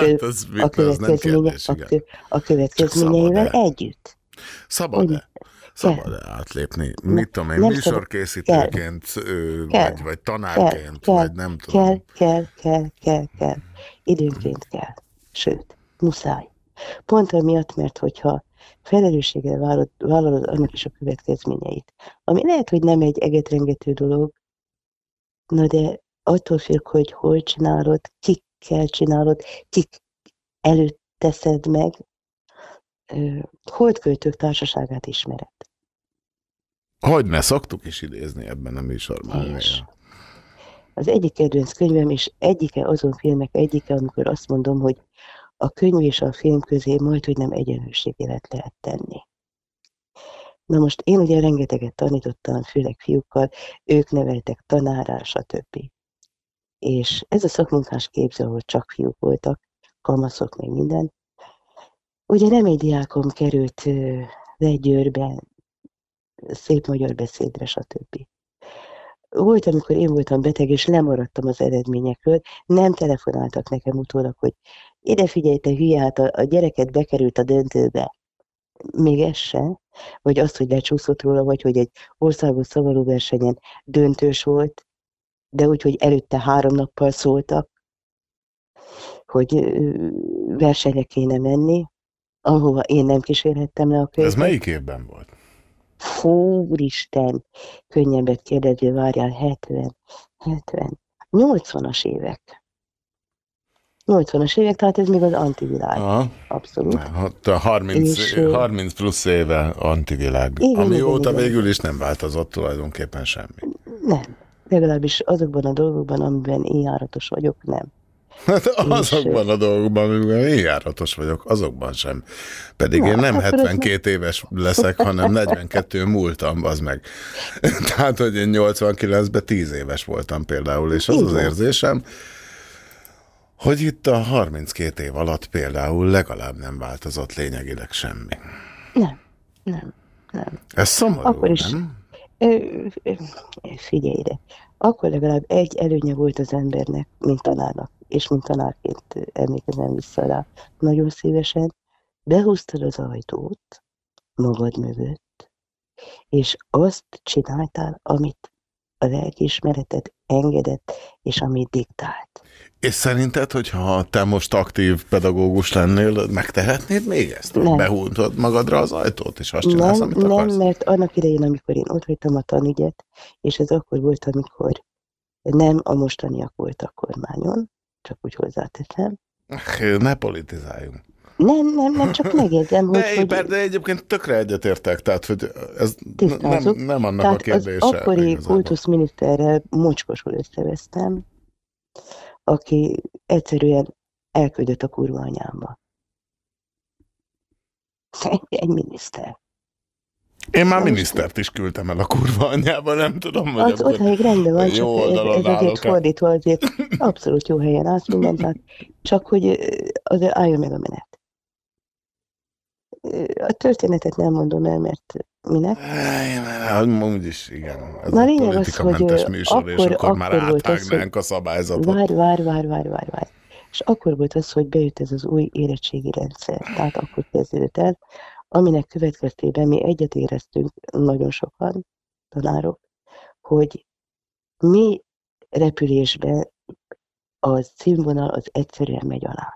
a következményeivel együtt. Szabad-e? szabad átlépni? Mit tudom én, műsorkészítőként, vagy tanárként, vagy nem tudom. Kell. Időnként kell. Sőt, muszáj. Pont amiatt, mert hogyha felelősséggel vállalod annak is a következményeit, ami lehet, hogy nem egy egetrengető dolog, na de attól függ, hogy hol csinálod, kikkel csinálod, kik előtt teszed meg, holdköltők társaságát ismered. Hogyne, szoktuk is idézni ebben a műsorban. Az egyik kedvenc könyvem, és egyike azon filmek egyike, amikor azt mondom, hogy a könyv és a film közé majdhogy nem egyenlőségélet lehet tenni. Na most én ugye rengeteget tanítottam, főleg fiúkkal, ők neveltek tanárrá, stb. És ez a szakmunkás képző, ahol csak fiúk voltak, kamaszok, meg minden. Ugye nem egy diákom került Győrbe, szép magyar beszédre, stb. Volt, amikor én voltam beteg, és lemaradtam az eredményekről, nem telefonáltak nekem utólag, hogy ide figyelj, te hülye, hát a gyereket bekerült a döntőbe. Még ez se. Vagy azt, hogy lecsúszott róla, vagy hogy egy országos szavalóversenyen döntős volt, de úgy, hogy előtte 3 nappal szóltak, hogy versenyre kéne menni, ahova én nem kísérhettem le a könyvet. Ez melyik évben volt? Fú, úristen, könnyebbet kérdező, várjál, 80-as évek. 80-as évek, tehát ez még az antivilág. Aha. Abszolút. 30 plusz éve antivilág. Igen, amióta igen. Végül is nem változott tulajdonképpen semmi. Nem. Legalábbis azokban a dolgokban, amiben én járatos vagyok, nem. Hát azokban a dolgokban, amiben én járatos vagyok, azokban sem. Pedig én nem 72 éves leszek, hanem 42 múltam, az meg. Tehát, hogy én 89-ben 10 éves voltam például, és az érzésem, hogy itt a 32 év alatt például legalább nem változott lényegileg semmi. Nem. Ez szomorú, akkor is, nem? Figyelj ide. Akkor legalább egy előnye volt az embernek, mint tanárnak, és mint tanárként emlékezem vissza rá nagyon szívesen, behúztad az ajtót magad mögött, és azt csináltál, amit a lelkiismereted engedett, és amit diktált. És szerinted, hogyha te most aktív pedagógus lennél, megtehetnéd még ezt? Nem. Behúzod magadra az ajtót, és azt csinálsz, amit akarsz? Nem, mert annak idején, amikor én ott hagytam a tanügyet, és ez akkor volt, amikor nem a mostaniak voltak kormányon, csak úgy hozzáteszem. Ne politizáljunk. Nem, csak megjegyzem, hogy... De egyébként tökre egyetértek, tehát, hogy ez nem annak tehát a kérdése. Az akkori kultuszminiszterrel mocskosul összevesztem, aki egyszerűen elküldött a kurva anyámba. Egy miniszter. Én már minisztert is küldtem el a kurva anyába, nem tudom, hogy az odáig rendben van, jó csak ez azért fordítva, azért abszolút jó helyen állsz mindent, csak hogy azért álljon meg a menet. A történetet nem mondom el, mert minek? Úgyis, igen. Ez na, a lényeg az, hogy műsor, és akkor már áthágnánk a szabályzatot. Várj. És akkor volt az, hogy bejött ez az új érettségi rendszer. Tehát akkor kezdődött el, aminek következtében mi egyet éreztünk, nagyon sokan, tanárok, hogy mi repülésben a színvonal az egyszerűen megy alá.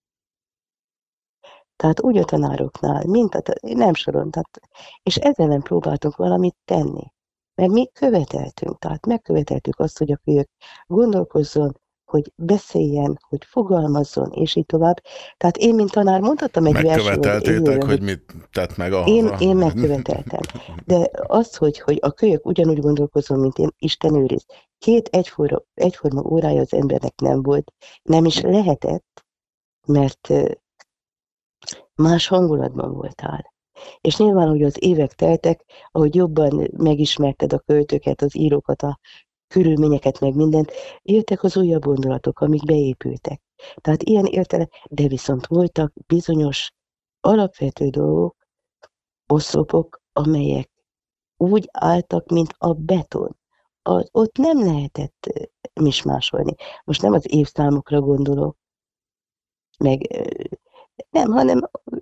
Tehát úgy a tanároknál, mint nem soron, tehát, és ezzel nem próbáltunk valamit tenni. Mert mi követeltünk, tehát megköveteltük azt, hogy a kölyök gondolkozzon, hogy beszéljen, hogy fogalmazzon, és így tovább. Tehát én, mint tanár mondhattam egy versenyt. Megköveteltétek, hogy mit tett meg a... Én megköveteltem. De az, hogy a kölyök ugyanúgy gondolkozzon, mint én, Isten őriz. 2 egyforma órája az embernek nem volt, nem is lehetett, mert más hangulatban voltál. És nyilván, hogy az évek teltek, ahogy jobban megismerted a költőket, az írókat, a körülményeket, meg mindent, jöttek az újabb gondolatok, amik beépültek. Tehát ilyen értelem, de viszont voltak bizonyos alapvető dolgok, oszlopok, amelyek úgy álltak, mint a beton. Ott nem lehetett mismásolni. Most nem az évszámokra gondolok, meg nem, hanem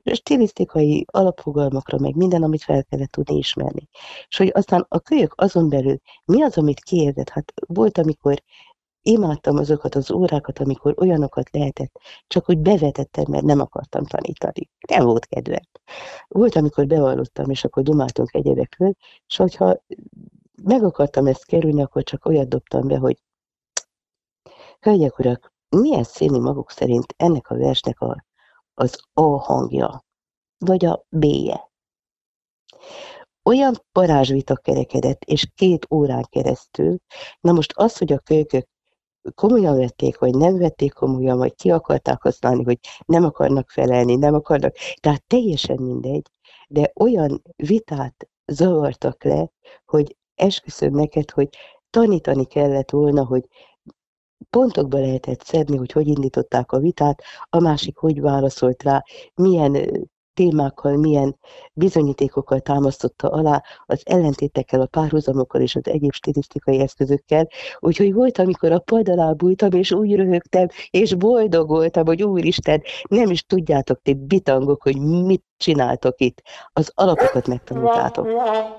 stilisztikai alapfogalmakra, meg minden, amit fel kellett tudni ismerni. És hogy aztán a kölyök azon belül mi az, amit kiérdett? Hát volt, amikor imádtam azokat az órákat, amikor olyanokat lehetett, csak úgy bevetettem, mert nem akartam tanítani. Nem volt kedvem. Volt, amikor bevallottam, és akkor dumáltunk egyebekről, és hogyha meg akartam ezt kerülni, akkor csak olyat dobtam be, hogy hölgyek, urak, milyen színű maguk szerint ennek a versnek az A hangja, vagy a B-je. Olyan parázsvita kerekedett, és 2 órán keresztül, na most az, hogy a kölykök komolyan vették, vagy nem vették komolyan, vagy ki akarták használni, hogy nem akarnak felelni, nem akarnak, tehát teljesen mindegy, de olyan vitát zavartak le, hogy esküszöm neked, hogy tanítani kellett volna, hogy pontokba lehetett szedni, hogy indították a vitát, a másik hogy válaszolt rá, milyen témákkal, milyen bizonyítékokkal támasztotta alá, az ellentétekkel, a párhuzamokkal és az egyéb stilisztikai eszközökkel. Úgyhogy volt, amikor a pad alá bújtam, és úgy röhögtem, és boldog voltam, hogy úristen, nem is tudjátok ti bitangok, hogy mit csináltok itt. Az alapokat megtanultátok.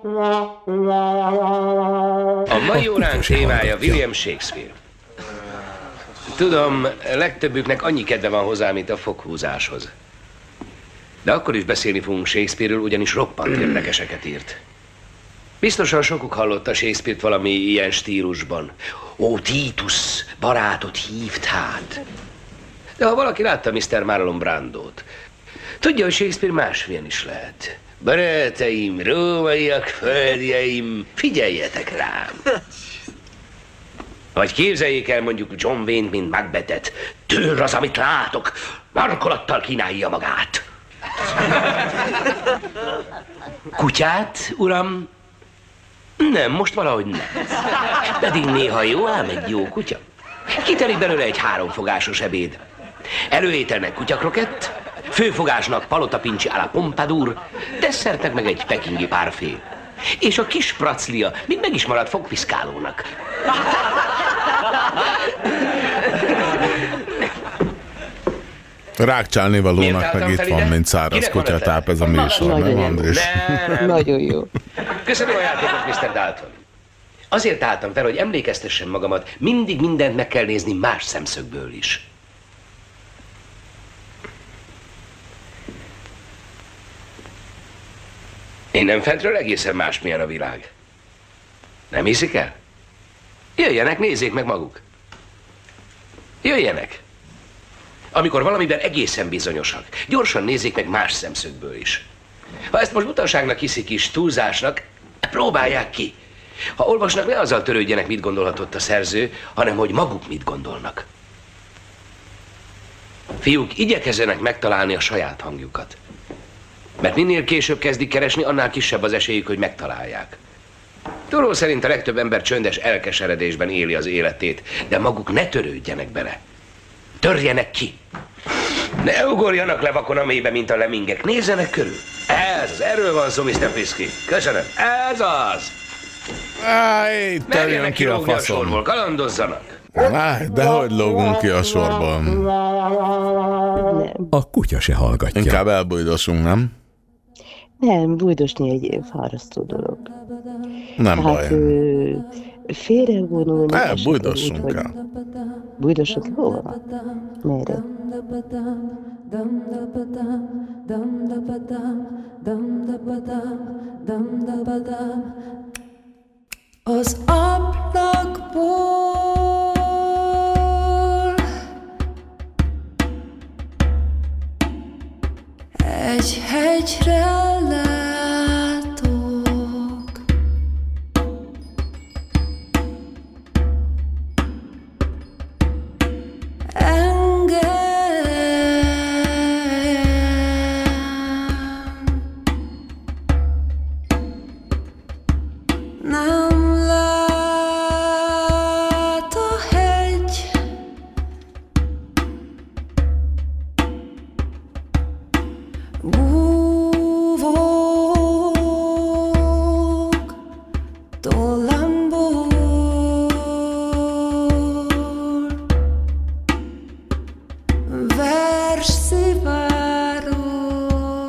A mai óránk témája William Shakespeare. Tudom, legtöbbüknek annyi kedve van hozzá, mint a foghúzáshoz. De akkor is beszélni fogunk Shakespeare-ről, ugyanis roppant érdekeseket írt. Biztosan sokuk hallotta Shakespeare-t valami ilyen stílusban. Ó, Titus, barátot hívt hát. De ha valaki látta Mr. Marlon Brandót, tudja, hogy Shakespeare másmilyen is lehet. Barátaim, rómaiak, földjeim, figyeljetek rám! Vagy képzeljék el mondjuk John Wayne-t, mint Macbethet. Tőr az, amit látok, markolattal kínálja magát. Kutyát, uram? Nem, most valahogy nem. Pedig néha jó, ám egy jó kutya. Kitelik belőle egy 3 fogásos ebéd. Előételnek kutyakrokett, főfogásnak palotapincsi à la Pompadour, desszertnek meg egy pekingi párfé. És a kis praclia még meg is maradt fogpiszkálónak. Rákcsálni valónak meg itt van, mint száraz kutyatáp ez a műsor, nem, Andris? Nagyon jó. Köszönöm a játékot, Mr. Dalton. Azért álltam fel, hogy emlékeztessem magamat, mindig mindent meg kell nézni más szemszögből is. Innen fentről egészen másmilyen a világ. Nem hiszik el? Jöjjenek, nézzék meg maguk. Jöjjenek. Amikor valamiben egészen bizonyosak, gyorsan nézzék meg más szemszögből is. Ha ezt most butaságnak hiszik is, túlzásnak, próbálják ki. Ha olvasnak, ne azzal törődjenek, mit gondolhatott a szerző, hanem hogy maguk mit gondolnak. Fiúk, igyekezzenek megtalálni a saját hangjukat. Mert minél később kezdik keresni, annál kisebb az esélyük, hogy megtalálják. Tudó szerint a legtöbb ember csöndes elkeseredésben éli az életét, de maguk ne törődjenek bele. Törjenek ki. Ne ugorjanak le vakon a mélybe, mint a lemingek. Nézzenek körül. Erről van szó, Mr. Frisky. Köszönöm. Ez az. Merjenek ki a faszom. Sorból, kalandozzanak. Dehogy lógunk ki a sorban. A kutya se hallgatja. Inkább elbújdosunk, nem? Nem, bújdosni egy fárasztó dolog. Nem baj. Félrevonulni... Bújdossunk el. Bújdossunk el? Hova? Merre? Az ablakból egy hegyre látok, nem lát a hegy, búvók tollamból, vers szivárog.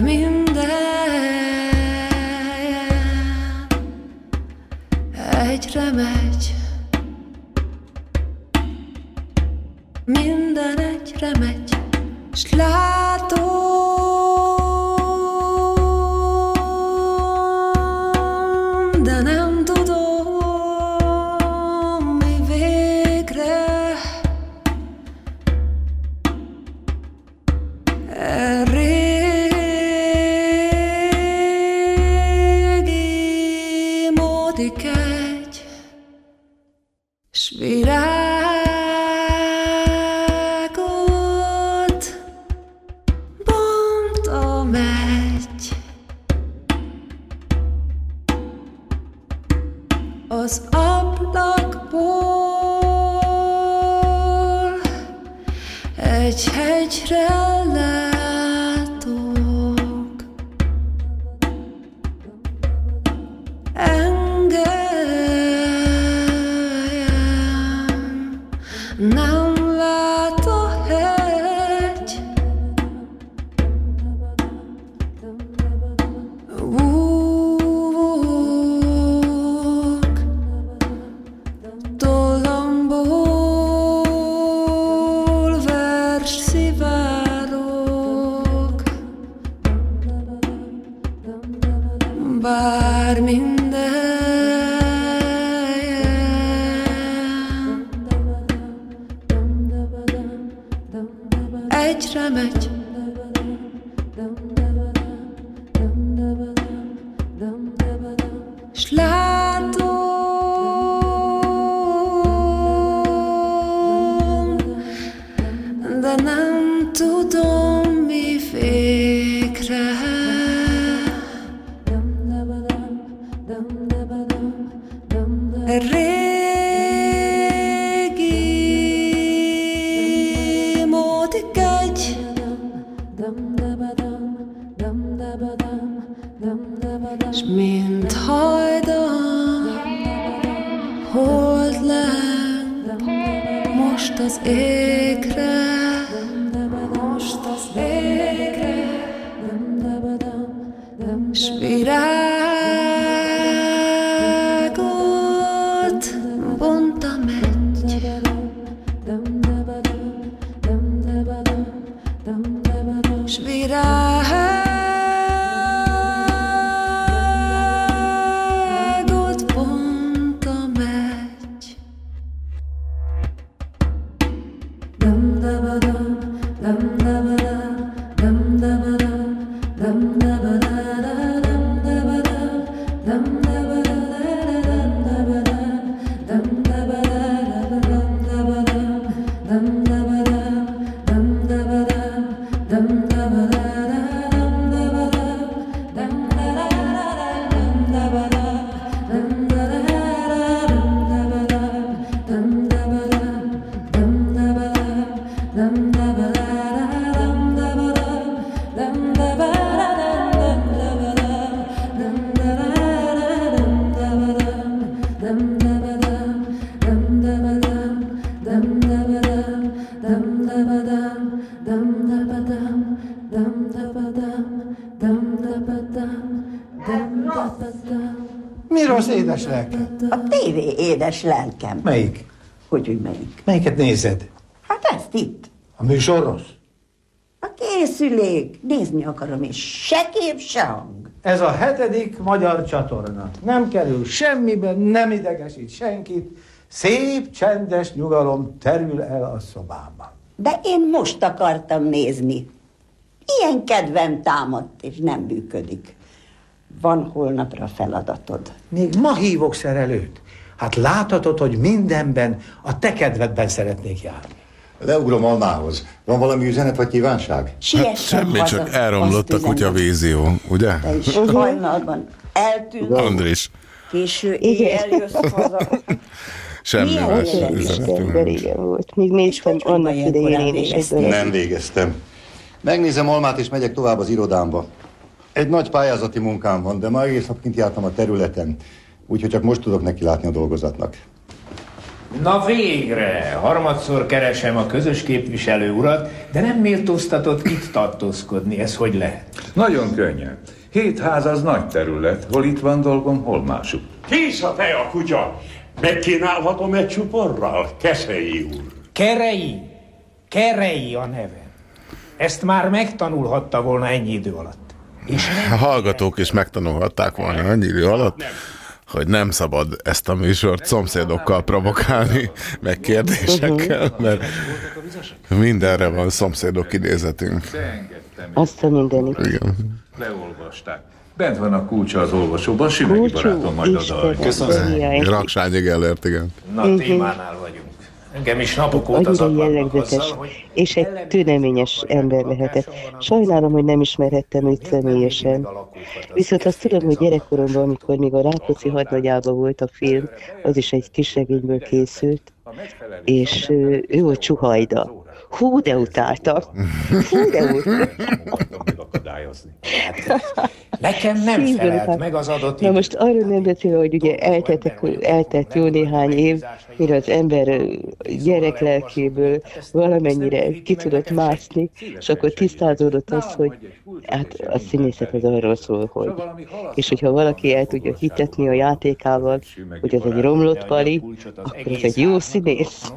minden egyre megy, minden egyre megy, s látom, de nem tudom, mi végre régi módik egy, s virágot bont a megy. Az ablakból egy hegyre látok, engem nem lát a hegy. Tollamból vers szivárog, bár minden egyre megy, s látom, de nem tudom, mi végre régi módik egy, s mint hajdan hold leng most az égre, most az égre, s virágot bont a megy. S virágot bont a megy. Mi rossz, édes lelkem? A tévé, édes lelkem. Melyik? Hogy melyik? Melyiket nézed? Hát ezt itt. A műsor rossz? A készülék. Nézni akarom, és se kép, se hang. Ez a 7. magyar csatorna. Nem kerül semmiben, nem idegesít senkit. Szép, csendes nyugalom terül el a szobában. De én most akartam nézni. Ilyen kedvem támadt, és nem működik. Van holnapra feladatod. Még ma hívok szerelőt. Hát láthatod, hogy mindenben a te kedvedben szeretnék járni. Leugrom Almához. Van valami üzenet vagy kívánság? Hát semmi, csak elromlott a kutyavízió, ugye? Te is hajnalban eltűnt. Andris. Késő éjjel jössz haza. Semmi más üzenetünk. Igen volt. Még néztem annak idején én is ezzel. Nem végeztem. Megnézem Almát és megyek tovább az irodámba. Egy nagy pályázati munkám van, de már egész nap kint jártam a területen. Úgyhogy csak most tudok neki látni a dolgozatnak. Na végre! Harmadszor keresem a közös képviselő urat, De nem méltóztatott itt tartózkodni, ez hogy lehet? Nagyon könnyen. 7 ház az nagy terület, hol itt van dolgom, hol másuk. Kész a te a kutya! Megkínálhatom egy csuporral, Keszei úr. Kerei a neve. Ezt már megtanulhatta volna ennyi idő alatt. És a hallgatók is megtanulhatták volna ennyi idő alatt, hogy nem szabad ezt a műsort szomszédokkal provokálni, meg kérdésekkel, mert mindenre van szomszédok idézetünk. Azt a mindenit. Igen. Leolvasták. Bent van a kulcsa az olvasóban, Sümegi barátom majd odaadja. Köszönöm. Raksányi Gellért, igen. Na, témánál vagyunk. Engem is napok óta zaklatnak azzal, hogy... és egy tüneményes ember lehetett. Sajnálom, hogy nem ismerhettem őt személyesen. Viszont azt tudom, hogy gyerekkoromban, amikor még a Rákóczi hadnagyában volt a film, az is egy kisregényből készült, és ő volt Csuhajda. Hú, de utáltam. Nekem nem felelt meg az adott idő. Na most arról nem beszélve, hogy ugye eltelt jó néhány év, mire az ember gyereklelkéből valamennyire ki tudott mászni, és akkor tisztázódott az, hogy hát a színészet az arról szól, hogy. És hogyha valaki el tudja hitetni a játékával, hogy az egy romlott pali, akkor az egy jó színész.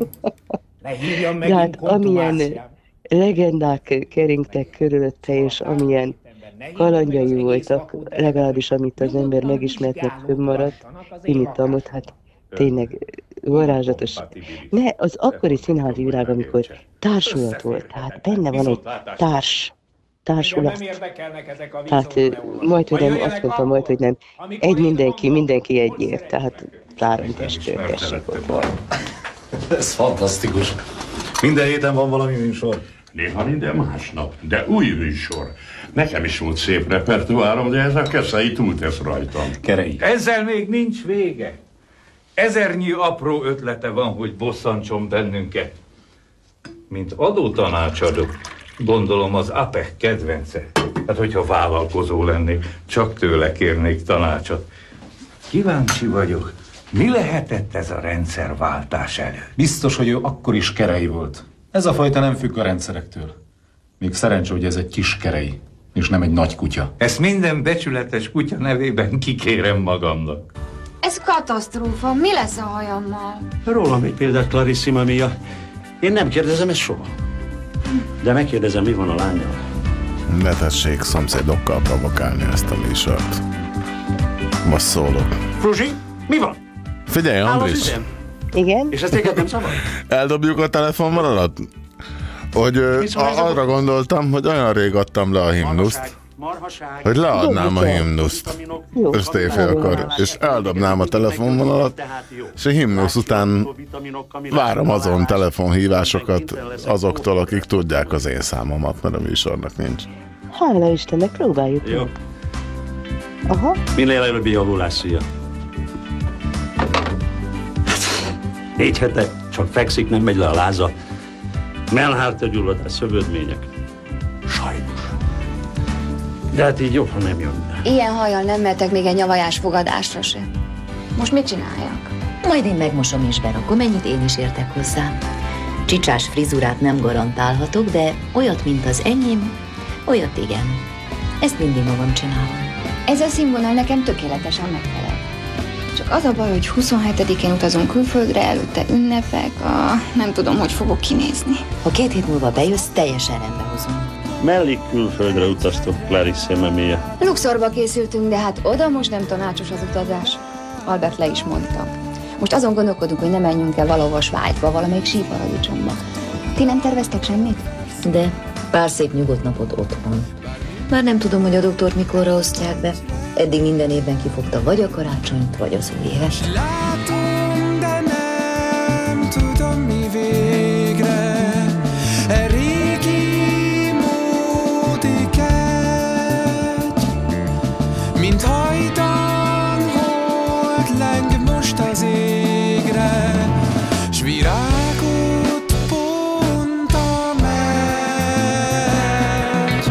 De hát amilyen legendák keringtek körülötte, és amilyen kalandjai voltak, legalábbis amit az ember megismert, meg fönnmaradt, imitamot, hát tényleg varázslatos. Ne, az akkori színházi világ, amikor társulat volt, tehát benne van egy társulat. Tehát majd, hogy nem, azt mondtam majd, hogy nem. Egy mindenki egyért, tehát Táromtestőr, Ez fantasztikus. Minden héten van valami műsor? Néha minden másnap, de új műsor. Nekem is volt szép repertoárom, de ez a Keszei túltesz rajtam. Kerei. Ezzel még nincs vége. Ezernyi apró ötlete van, hogy bosszantson bennünket. Mint adótanácsadó, gondolom az APEC kedvence. Hát, hogyha vállalkozó lennék, csak tőle kérnék tanácsot. Kíváncsi vagyok, mi lehetett ez a rendszerváltás előtt? Biztos, hogy ő akkor is Kerei volt. Ez a fajta nem függ a rendszerektől. Még szerencsé, hogy ez egy kis Kerei, és nem egy nagy kutya. Ezt minden becsületes kutya nevében kikérem magamnak. Ez katasztrófa. Mi lesz a hajammal? Rólam egy példát, Clarissima Mia. Én nem kérdezem ezt soha. De megkérdezem, mi van a lányjal. Ne tessék szomszédokkal provokálni ezt a műsort. Most szólok. Fruzsi, mi van? Figyelj, Andris. Igen? És ezt téged nem szabad? Eldobjuk a telefonvonalat? Hogy arra gondoltam, hogy olyan rég adtam le a himnuszt, hogy leadnám a himnuszt, és téfélkor, és eldobnám a telefonvonalat, és a himnusz után várom azon telefonhívásokat azoktól, akik tudják az én számomat, mert a műsornak nincs. Hála Istennek, próbáljuk. Jó. Aha. Minél előbbi javulás, szia. 4 hete csak fekszik, nem megy le a láza. Mellhártyagyulladás, szövődmények. Sajnos. De hát így jobb, ha nem jön. Ilyen hajjal nem mehetek még egy nyavajás fogadásra se. Most mit csináljak? Majd én megmosom és berakom, ennyit én is értek hozzá. Csicsás frizurát nem garantálhatok, de olyat, mint az enyém, olyat igen. Ezt mindig magam csinálom. Ez a színvonal nekem tökéletesen megfelel. Csak az a baj, hogy 27-én utazunk külföldre, előtte ünnepek, nem tudom, hogy fogok kinézni. Ha 2 hét múlva bejössz, teljesen rendbe hozunk. Mellik külföldre utaztok, Clarissima Mia? Luxorba készültünk, de hát oda most nem tanácsos az utazás. Albert le is mondta. Most azon gondolkodunk, hogy ne menjünk el valahova Svájcba, valamelyik síparadicsomba. Ti nem terveztek semmit? De pár szép nyugodt napot otthon. Már nem tudom, hogy a doktort mikorra osztják be. Eddig minden évben kifogta vagy a karácsonyt, vagy az új évet. Látom, de nem tudom mi végre. Régi módi kegy, mint hajdan hold leng most az égre, s virágot pont a megy.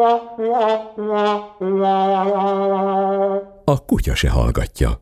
A kutya se hallgatja.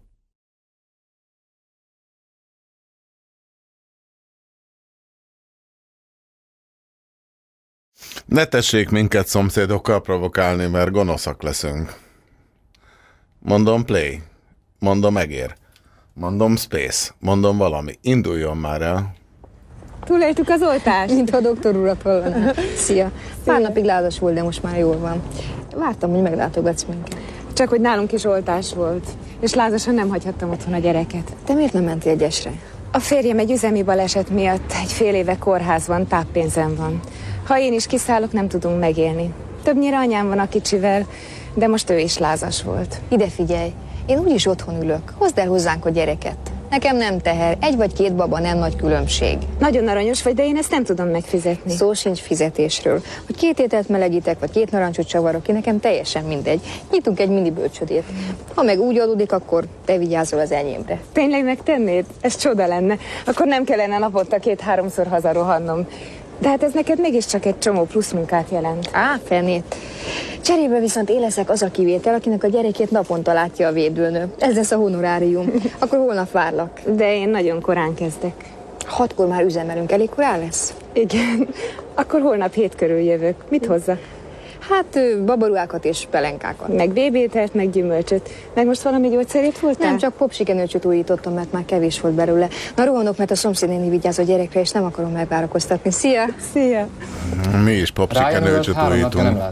Ne tessék minket szomszédokkal provokálni, mert gonoszak leszünk. Mondom play, mondom egér, mondom space, mondom valami. Induljon már el. Túléltük az oltást? Mint a doktor urat vallaná. Szia. Pár napig lázas volt, de most már jól van. Vártam, hogy meglátogatsz minket. Csak hogy nálunk is oltás volt, és lázasan nem hagyhattam otthon a gyereket. Te miért nem mentél egyesre? A férjem egy üzemi baleset miatt egy fél éve kórházban, táppénzem van. Ha én is kiszállok, nem tudunk megélni. Többnyire anyám van a kicsivel, de most ő is lázas volt. Ide figyelj, én úgyis otthon ülök. Hozd el hozzánk a gyereket. Nekem nem teher, 1 vagy 2 baba nem nagy különbség. Nagyon aranyos vagy, de én ezt nem tudom megfizetni. Szó sincs fizetésről. Hogy 2 ételt melegítek, vagy 2 narancsot csavarok ki, nekem teljesen mindegy. Nyitunk egy mini bölcsödét. Ha meg úgy adódik, akkor te vigyázol az enyémre. Tényleg megtennéd? Ez csoda lenne. Akkor nem kellene naponta 2-3-szor hazarohannom. De hát ez neked mégiscsak egy csomó plusz munkát jelent. Á, fenét. Cserébe viszont én leszek az a kivétel, akinek a gyerekét naponta látja a védőnő. Ez lesz a honorárium. Akkor holnap várlak. De én nagyon korán kezdek. 6-kor már üzemelünk, elég korán lesz? Igen. Akkor holnap 7 körül jövök. Mit hozzak? Hát babaruhákat és pelenkákat. Meg bébételt, meg gyümölcsöt. Meg most valami gyógyszerét voltál? Nem, csak popsikenőcsöt újítottam, mert már kevés volt belőle. Na rohanok, mert a szomszédnéni vigyáz a gyerekre, és nem akarom megvárakoztatni. Szia! Szia! Mi is popsikenőcsöt újítunk.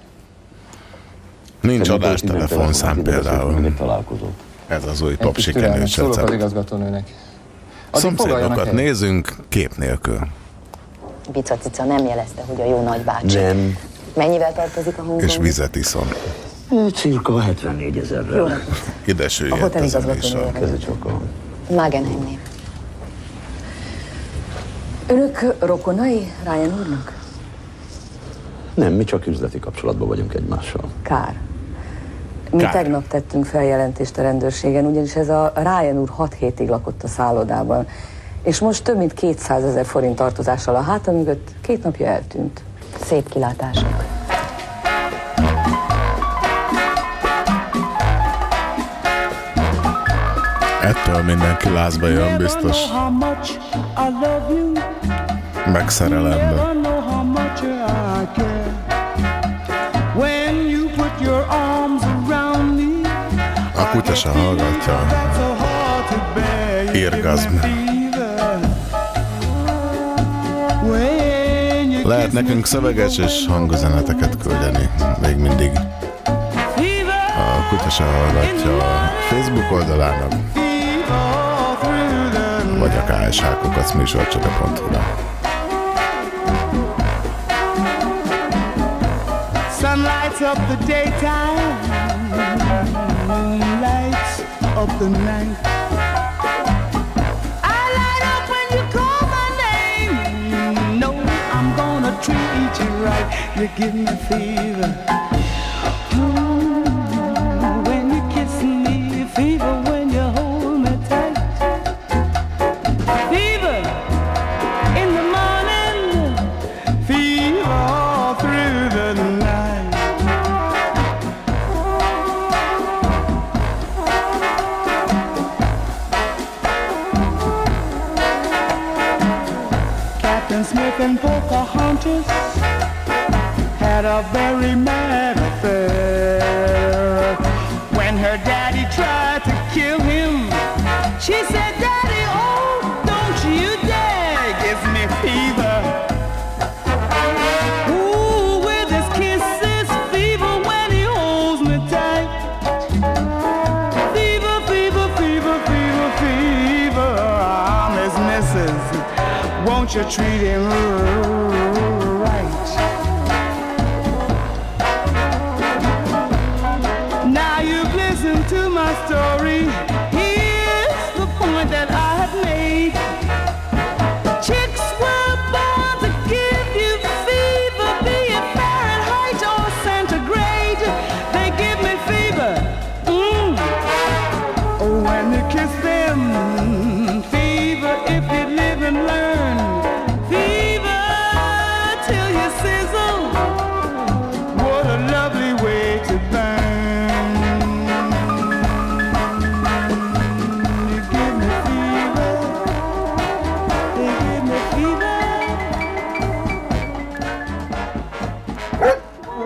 Nincs adás telefonszám például. Ez az új popsikenőcs recept. az igazgatónőnek. Szomszédokat nézünk kép nélkül. Bicacica nem jelezte, hogy a jó nagybácsi. Nem. Mennyivel tartozik a hangom? És vizet iszom. Cirka 74 000-rel. Ide süllyedt ez a műsor. Magenheimnél. Önök rokonai Ryan úrnak? Nem, mi csak üzleti kapcsolatban vagyunk egymással. Kár. Mi tegnap tettünk feljelentést a rendőrségen, ugyanis ez a Ryan úr 6 hétig lakott a szállodában, és most több mint 200 000 forint tartozással a háta mögött 2 napja eltűnt. Szép kilátások. Ettől mindenki lázba jön, biztos. Megszerelembe. A kutya se hallgatja. Irgazm. Lehet nekünk szöveges és hangüzeneteket küldeni. Még mindig. A kutya se hallgatja a Facebook oldalának, vagy a ksh.műsorcsata.hu-ra. Sun lights up the daytime, moon lights up the night. I light up when you call my name. You know I'm gonna treat you right. You give me fever. When you kiss me, fever when you hold me tight. Fever in the morning, fever all through the night. Captain Smith and Pocahontas had a very mad affair. When her daddy tried to kill him, she said, Daddy, oh, don't you dare give me fever. Ooh, with his kisses, fever when he holds me tight. Fever, fever, fever, fever, fever, I'm his missus. Won't you treat him right? Now you've listened to my story. Here's the point that I have made. Chicks were born to give you fever, be it Fahrenheit or centigrade. They give me fever. Oh, when you kiss them, fever if you live and learn. Fever.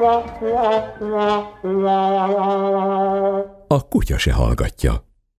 A kutya se hallgatja.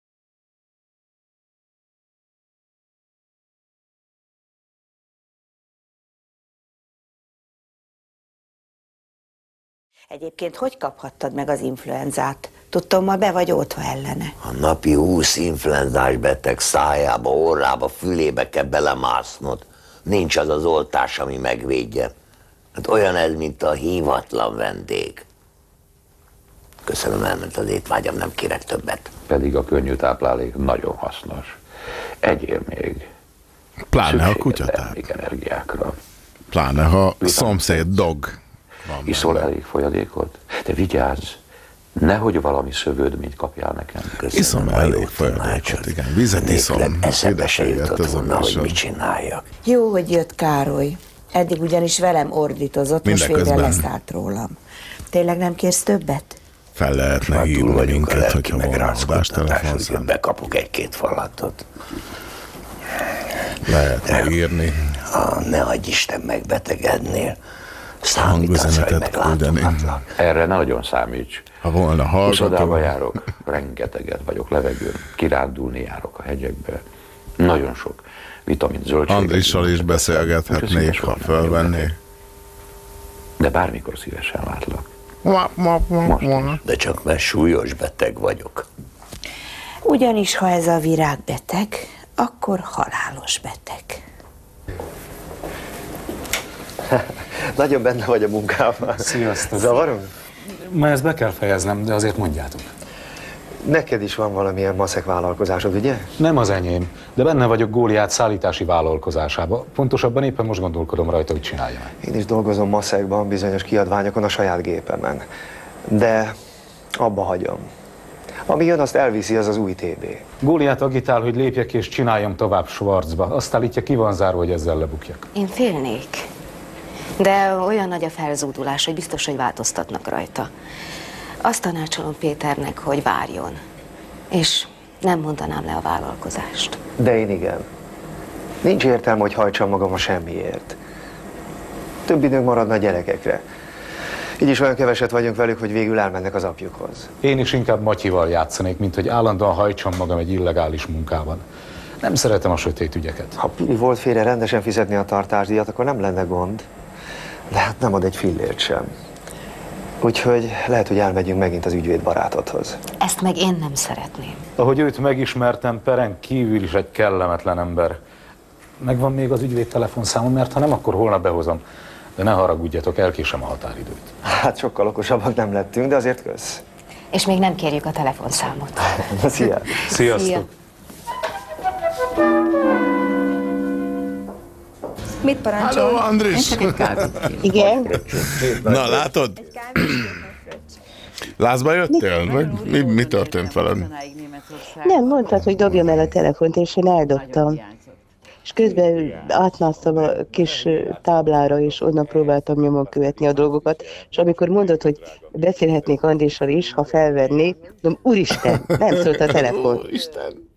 Egyébként hogy kaphattad meg az influenzát? Tudtom, ma be vagy oltva ellene. A napi 20 influenzás beteg szájába, orrába, fülébe kell belemásznod. Nincs az az oltás, ami megvédje. Hát olyan ez, mint a hívatlan vendég. Köszönöm, elment az étvágyam, nem kérek többet. Pedig a könnyű táplálék nagyon hasznos. Egyél még. Pláne a kutyatáp. Energiákra. Pláne ha szomszéd dog. Iszol elég folyadékot? De vigyázz, nehogy valami szövődményt kapjál nekem. Iszom elég folyadékot, igen. Vizet iszom. Eszembe se jutott volna, hogy mit csináljak. Jó, hogy jött Károly. Eddig ugyanis velem ordítozott, most végre leszállt rólam. Tényleg nem kérsz többet? Fel lehetne hívni minket, hogyha volna adástelefonszám. Bekapok egy-két falatot. Lehetne írni. Ne adj Isten, megbetegednél. Hangüzenetet küldeni. Erre ne nagyon számíts. Ha volna hallgató. Uszodába járok, rengeteget vagyok levegőn, kirándulni járok a hegyekbe. Nagyon sok vitamin, zöldséget. Andrissal is beszélgethetnék, ha fölvenné. De bármikor szívesen látlak. Most, de csak mert súlyos beteg vagyok. Ugyanis, ha ez a virágbeteg, akkor halálos beteg. Nagyon benne vagy a munkában. Sziasztok. Zavarom? Ma ezt be kell fejeznem, de azért mondjátok. Neked is van valamilyen maszek vállalkozásod, ugye? Nem az enyém, de benne vagyok Góliát szállítási vállalkozásába. Pontosabban éppen most gondolkodom rajta, hogy csináljam. Én is dolgozom maszekban, bizonyos kiadványokon a saját gépemen. De abba hagyom. Ami jön, azt elviszi, az új TB. Góliát agitál, hogy lépjek és csináljam tovább Schwarzba. Azt állítja, ki van zárva, hogy ezzel lebukjak. Én félnék. De olyan nagy a felzúdulás, hogy biztos, hogy változtatnak rajta. Azt tanácsolom Péternek, hogy várjon. És nem mondanám le a vállalkozást. De én igen. Nincs értelme, hogy hajtsam magam a semmiért. Több időnk maradna a gyerekekre. Így is olyan keveset vagyunk velük, hogy végül elmennek az apjukhoz. Én is inkább Matyival játszanék, mint hogy állandóan hajtsam magam egy illegális munkában. Nem szeretem a sötét ügyeket. Ha Pili volt félre rendesen fizetni a tartásdíjat, akkor nem lenne gond. De hát nem ad egy fillért sem. Úgyhogy lehet, hogy elmegyünk megint az ügyvédbarátodhoz. Ezt meg én nem szeretném. Ahogy őt megismertem, peren kívül is egy kellemetlen ember. Megvan még az ügyvéd telefonszámom, mert ha nem, akkor holnap behozom. De ne haragudjatok, elkésem a határidőt. Hát sokkal okosabbak nem lettünk, de azért kösz. És még nem kérjük a telefonszámot. Szia! Sziasztok! Szia. Mit parancsol? Halló, Andris! Én csak egy kávét kérek. Igen? Na, látod? Lázba jöttél? Mi történt veled? Nem, mondtad, hogy dobjam el a telefont, és én eldobtam. És közben átmásztam a kis táblára, és onnan próbáltam nyomon követni a dolgokat, és amikor mondod, hogy beszélhetnék Andrissal is, ha felvennék, mondom, úristen, nem szólt a telefon. Úristen.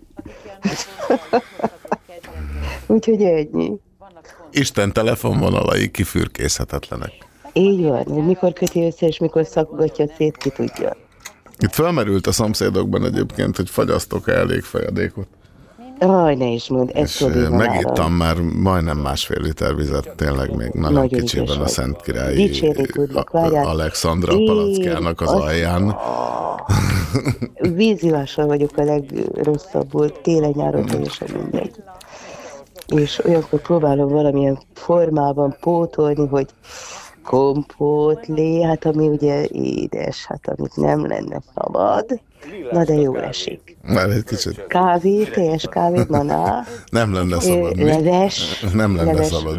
Úgyhogy ennyi. Isten telefonvonalai kifürkészhetetlenek. Így van, hogy mikor köti össze, és mikor szakgatja szét, ki tudja. Itt felmerült a szomszédokban egyébként, hogy fagyasztok-e elég folyadékot. Aj, ne is mondd, ez probléma. Megittam már majdnem 1,5 liter vizet, tényleg még nagyon kicsiben a Szentkirályi Alexandra palackának az alján. Vízilással vagyok a legrosszabbul, télen-nyáron teljesen mindegy. És olyankor próbálom valamilyen formában pótolni, hogy kompótlé, hát ami ugye édes, hát amit nem lenne szabad, na de jól esik. Már egy kicsit. Kávé, teljes kávét, maná. Nem lenne szabad. Leves. Nem lenne szabad.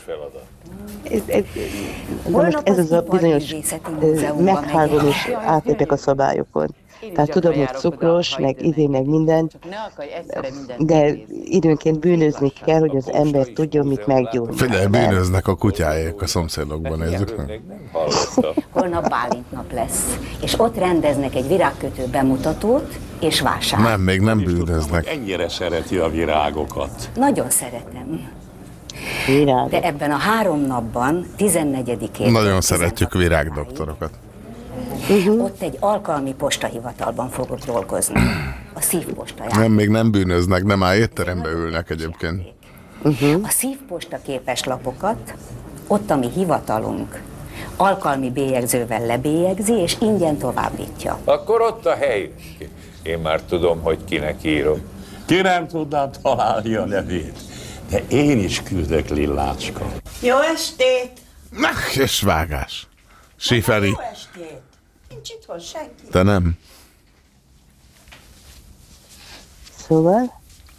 Most ez az a bizonyos meghágom és átlépek a szabályokon. Tehát tudom, hogy cukros, meg minden, de időnként bűnözni kell, hogy az ember tudjon, mit meggyógyul. Figyelj, bűnöznek a kutyáék a szomszédokban, nézzük meg. Holnap Bálint nap lesz, és ott rendeznek egy virágkötő bemutatót és vásár. Nem, még nem bűnöznek. Ennyire szereti a virágokat. Nagyon szeretem. De ebben a 3 napban, 14-én... Nagyon szeretjük virágdoktorokat. Ott egy alkalmi postahivatalban fogok dolgozni. A szívpostaján. Nem, még nem bűnöznek, nem áll étterembe ülnek egyébként. A szívposta képes lapokat ott a mi hivatalunk alkalmi bélyegzővel lebélyegzi, és ingyen továbbítja. Akkor ott a hely. Én már tudom, hogy kinek írom. Ki nem tudná találni a nevét, de én is küldök, Lillácska. Jó estét! És vágás. Siferi. Jó estét! Nincs itthon senki. Te nem? Szóval?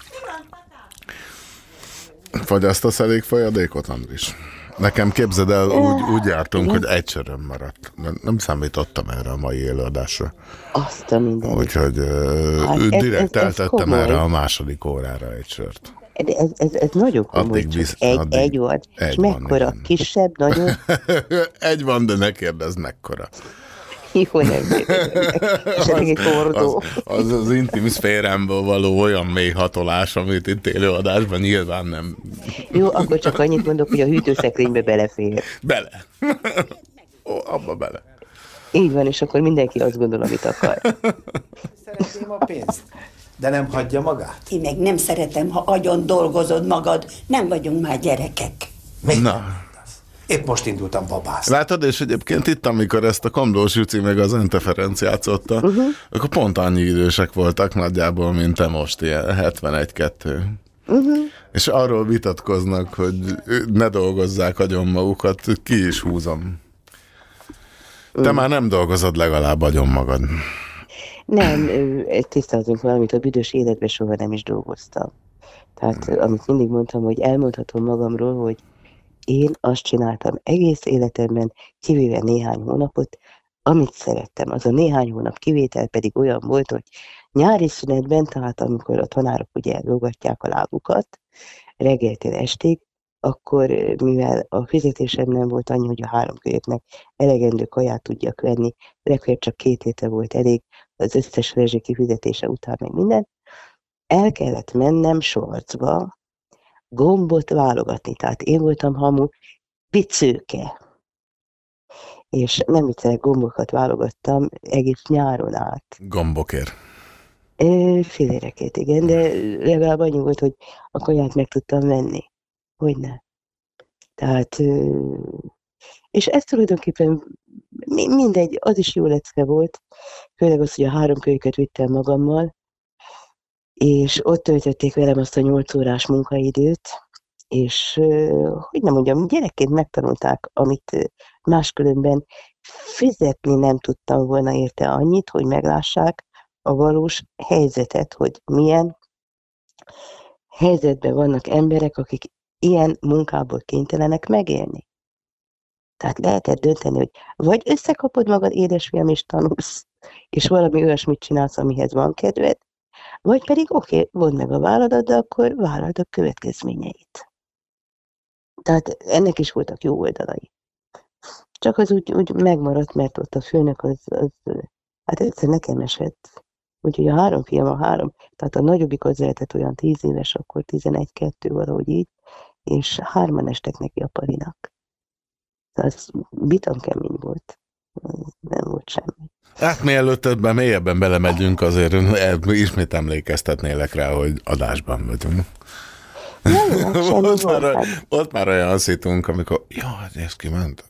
Fogyasztasz elég folyadékot, Andris? Nekem képzeld el, úgy jártunk, hogy egy söröm maradt. Nem számítottam erre a mai előadásra. Azt a minden. Úgyhogy direkt eltettem erre a második órára egy sört. Ez nagyon komoly, egy volt. És mekkora? Kisebb, nagyobb? Egy van, de ne kérdezz mekkora. Jó, nem az intim szférámból való olyan mély hatolás, amit itt élőadásban nyilván nem. Jó, akkor csak annyit mondok, hogy a hűtőszekrénybe belefér. Bele. Abba bele. Így van, és akkor mindenki azt gondol, amit akar. Szeretném a pénzt, de nem hagyja magát. Én meg nem szeretem, ha agyon dolgozod magad. Nem vagyunk már gyerekek. Na. Épp most indultam babászni. Látod, és egyébként itt, amikor ezt a Komlós Jüci meg az Ente Ferenc játszotta, akkor pont annyi idősek voltak nagyjából, mint te most, ilyen 71-2. És arról vitatkoznak, hogy ne dolgozzák agyon magukat, ki is húzom. Te már nem dolgozod legalább agyon magad. Nem, tisztázunk valamit, a büdös életben soha nem is dolgoztam. Tehát amit mindig mondtam, hogy elmondhatom magamról, hogy én azt csináltam egész életemben, kivéve néhány hónapot, amit szerettem. Az a néhány hónap kivétel pedig olyan volt, hogy nyári szünetben, tehát amikor a tanárok ugye elrogatják a lábukat, reggeltől estig, akkor mivel a fizetésem nem volt annyi, hogy a 3 kölyöknek elegendő kaját tudjak venni, legfeljebb csak 2 héten volt elég az összes rezsi kifizetése után meg minden, el kellett mennem Schwarzba, gombot válogatni. Tehát én voltam hamu picőke. És nem viccelek, gombokat válogattam egész nyáron át. Gombokért. Filérekért, igen, de legalább annyi volt, hogy a kaját meg tudtam venni. Hogyne. Tehát, és ez tulajdonképpen mindegy, az is jó lecke volt, főleg az, hogy a 3 kölyöket vittem magammal, és ott töltötték velem azt a 8 órás munkaidőt, és hogy nem mondjam, gyerekként megtanulták, amit máskülönben fizetni nem tudtam volna érte annyit, hogy meglássák a valós helyzetet, hogy milyen helyzetben vannak emberek, akik ilyen munkából kénytelenek megélni. Tehát lehetett dönteni, hogy vagy összekapod magad, édesfiam, és tanulsz, és valami olyasmit csinálsz, amihez van kedved, vagy pedig oké, vedd meg a válladat, de akkor vállald a következményeit. Tehát ennek is voltak jó oldalai. Csak az úgy megmaradt, mert ott a főnök az hát egyszer nekem esett. Úgyhogy a 3 fiam, tehát a nagyobbik az lehetett olyan 10 éves, akkor 11-2 valahogy így, és 3-an estek neki a parinak. Az bitan kemény volt. Nem volt semmi. Hát mielőtt ebben mélyebben belemegyünk, azért ismét emlékeztetnélek rá, hogy adásban vagyunk. Volt már olyan szitunk, amikor ez kiment.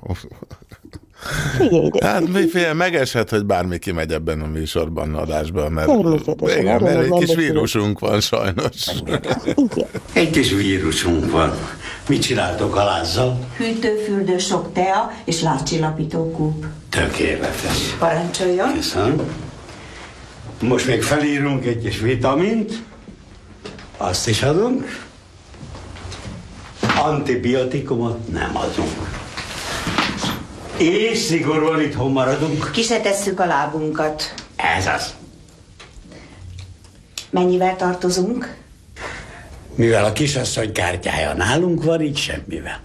Hát megeshet, hogy bármi kimegy ebben a műsorban, adásban, mert egy kis vírusunk van sajnos. Egy kis vírusunk van. Mit csináltok a lázzal? Hűtőfürdő, sok tea és lázcsillapító kúp. Tökéletes. Parancsoljon. Köszönöm. Most még felírunk egy kis vitamint. Azt is adunk. Antibiotikumot nem adunk. És szigorúan itthon maradunk. Ki se tesszük a lábunkat. Ez az. Mennyivel tartozunk? Mivel a kisasszony kártyája nálunk van, így semmivel.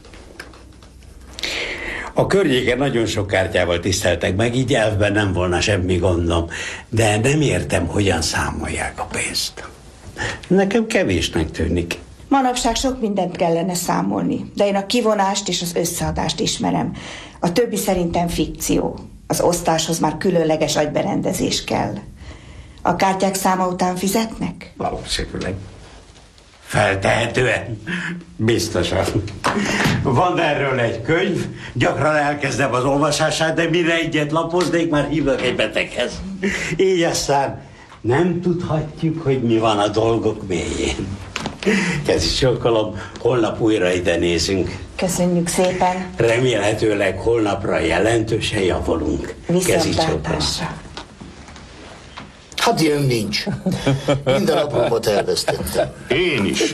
A környéken nagyon sok kártyával tiszteltek meg, így elvben nem volna semmi gondom. De nem értem, hogyan számolják a pénzt. Nekem kevésnek tűnik. Manapság sok mindent kellene számolni, de én a kivonást és az összeadást ismerem. A többi szerintem fikció. Az osztáshoz már különleges agyberendezés kell. A kártyák száma után fizetnek? Valószínűleg. Feltehetően. Biztosan. Van erről egy könyv, gyakran elkezdem az olvasását, de mire egyet lapoznék, már hívnak egy beteghez. Így aztán nem tudhatjuk, hogy mi van a dolgok mélyén. Kezi csókolom, holnap újra ide nézünk. Köszönjük szépen. Remélhetőleg holnapra jelentősen javulunk. Viszontlátásra. Hát ilyen nincs. Minden napomat elvesztettem. Én is.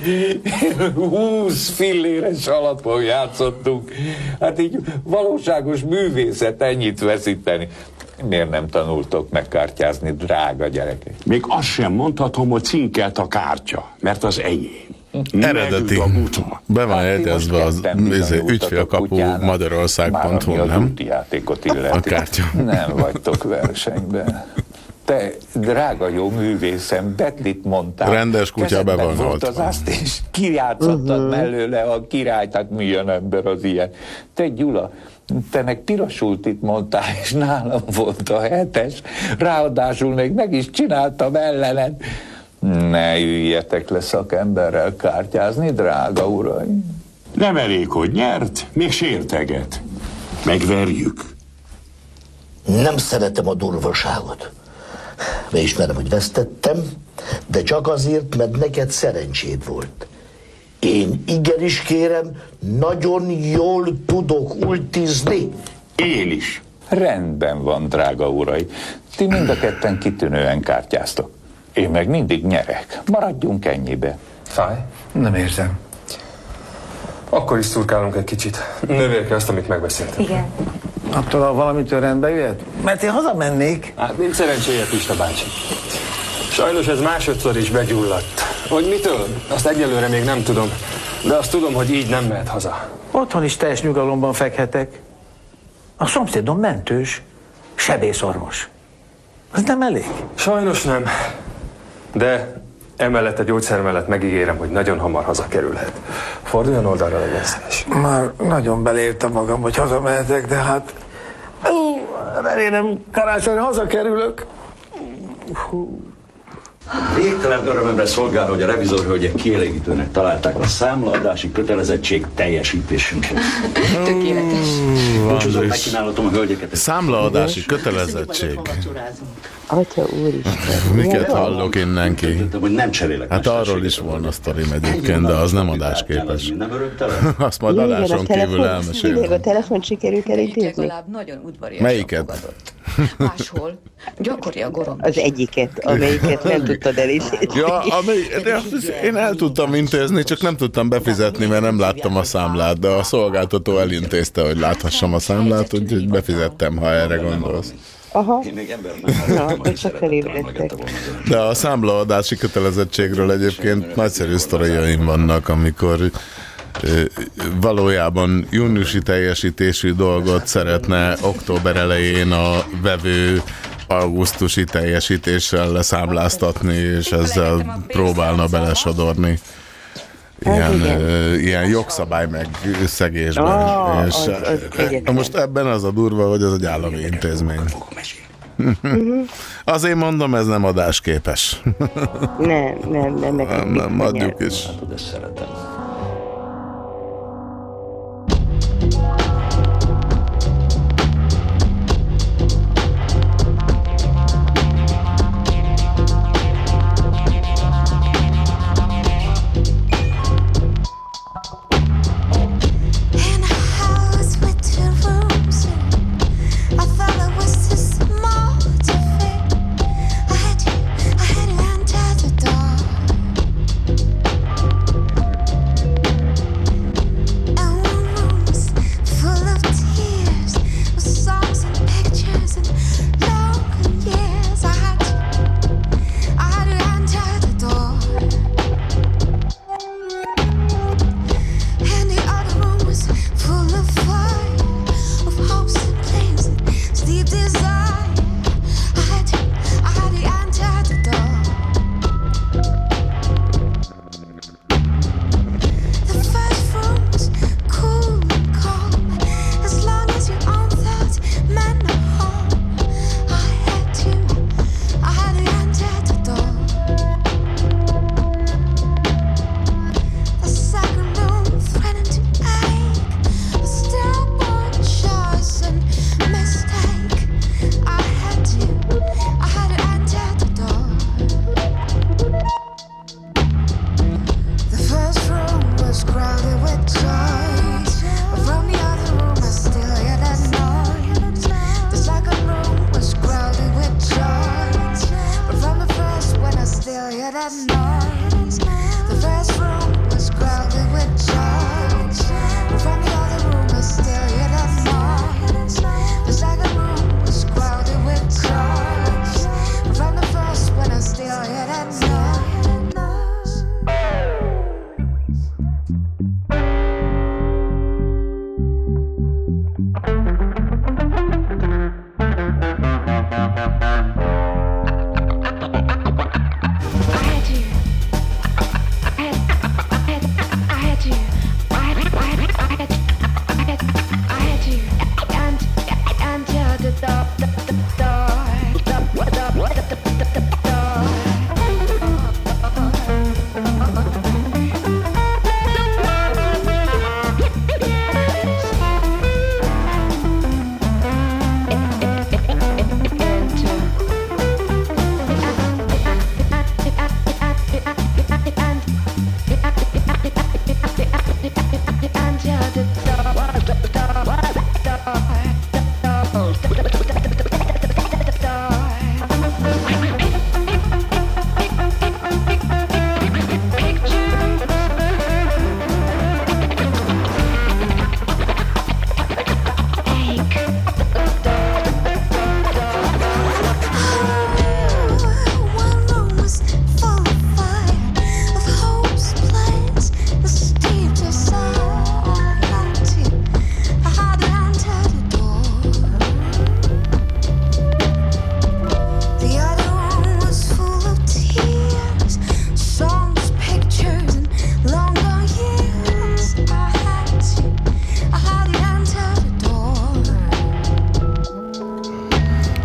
20 filléres alapon játszottunk. Hát így valóságos művészet ennyit veszíteni. Miért nem tanultok megkártyázni, drága gyerekek? Még azt sem mondhatom, hogy cinkelt a kártya, mert az enyém. Eredeti. Be van jegyezve az ügyfélkapu Magyarország.hu, nem? A kártya. Nem vagytok versenyben. Te, drága jó művészem, Betlit mondtál. Rendes kutya be van volt az azt, és kijátszottad mellőle a királyt, hát milyen ember az ilyen. Te, Gyula, te meg piros ultit mondtál, és nálam volt a 7-es, ráadásul még meg is csináltam ellened. Ne üljetek le szakemberrel kártyázni, drága uraim. Nem elég, hogy nyert, még sérteget. Megverjük. Nem szeretem a durvaságot. Beismerem, hogy vesztettem, de csak azért, mert neked szerencséd volt. Én igenis kérem, nagyon jól tudok ultizni. Én is. Rendben van, drága urai. Ti mind a ketten kitűnően kártyáztok. Én meg mindig nyerek. Maradjunk ennyibe. Fáj? Nem érzem. Akkor is szurkálunk egy kicsit. Növérke azt, amit megbeszéltünk. Igen. Attól valamitől rendbe jöhet? Mert én hazamennék. Hát nincs szerencséje, Pista bácsi. Sajnos ez másodszor is begyulladt. Hogy mitől? Azt egyelőre még nem tudom. De azt tudom, hogy így nem mehet haza. Otthon is teljes nyugalomban fekhetek. A szomszédom mentős, sebészorvos. Ez nem elég? Sajnos nem. De emellett a gyógyszer mellett megígérem, hogy nagyon hamar hazakerülhet. Forduljon oldalra, legyen szíves. Már nagyon beleértem magam, hogy hazamehetek, de hát... remélem karácsonyra hazakerülök. Végtelen örömömre szolgál, hogy a revizorhölgyek kielégítőnek találták a számlaadási kötelezettség teljesítésünket. Tökéletes. Búcsúzom, megkínálhatom a hölgyeket. Számlaadási kötelezettség. Atya úristen. Miket hallok innen ki? Hogy nem cserélek. Hát arról is volna sztorim egyébként, de az nem adásképes. Azt majd adáson kívül elmesél. Mindig a telefont sikerült elintézni? Legalább nagyon udvariasan Melyiket? fogadott. Máshol gyakori a gorom. Az egyiket, amelyiket nem tudtad elintézni. Ja, én el tudtam intézni, csak nem tudtam befizetni, mert nem láttam a számlát, de a szolgáltató elintézte, hogy láthassam a számlát, úgyhogy befizettem, ha erre gondolsz. Aha. Na, akkor csak felébredtek. De a számlaadási kötelezettségről egyébként nagyszerű sztoriaim vannak, amikor valójában júniusi teljesítésű dolgot szeretne október elején a vevő augusztusi teljesítéssel leszámláztatni, és ezzel próbálna belesodorni ilyen jogszabály megszegésben. Most ebben az a durva, hogy ez egy állami intézmény. Azért mondom, ez nem adásképes. Nem, adjuk is.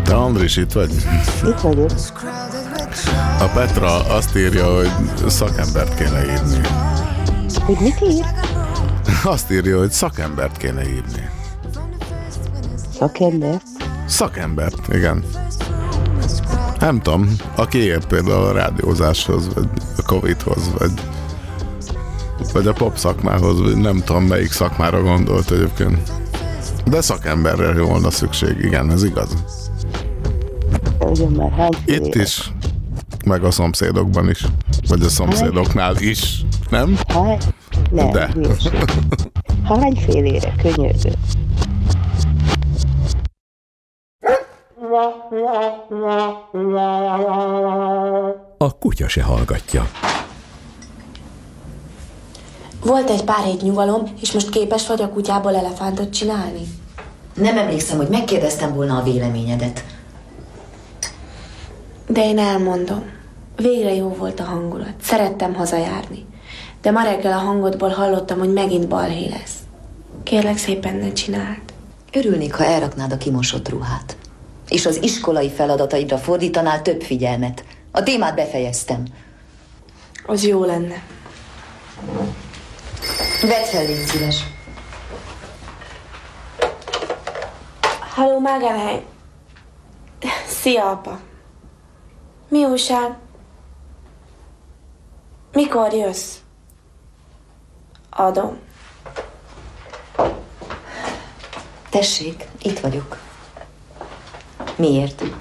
Te Andris, itt vagy? Itt vagyok. A Petra azt írja, hogy szakembert kéne írni. Hogy mit ír? Azt írja, hogy szakembert kéne írni. Szakembert? Szakembert, igen. Nem tudom, aki ért például a rádiózáshoz, vagy a Covid-hoz, vagy a pop szakmához, vagy nem tudom, melyik szakmára gondolt egyébként. De szakemberre volna szükség, igen, ez igaz. Ugyan már hány itt is, meg a szomszédokban is, vagy a szomszédoknál is, nem? Nem, de. Hányfélére, könyörgő? A kutya se hallgatja. Volt egy pár hét nyugalom, és most képes vagy a kutyából elefántot csinálni? Nem emlékszem, hogy megkérdeztem volna a véleményedet. De én elmondom. Végre jó volt a hangulat. Szerettem hazajárni. De ma reggel a hangodból hallottam, hogy megint balhé lesz. Kérlek szépen, ne csináld. Örülnék, ha elraknád a kimosott ruhát. És az iskolai feladataidra fordítanál több figyelmet. A témát befejeztem. Az jó lenne. Vedd fel, légy szíves. Halló, Mágelhely. Szia, apa. Mi újság? Mikor jössz? Adom. Tessék, itt vagyok. Miért?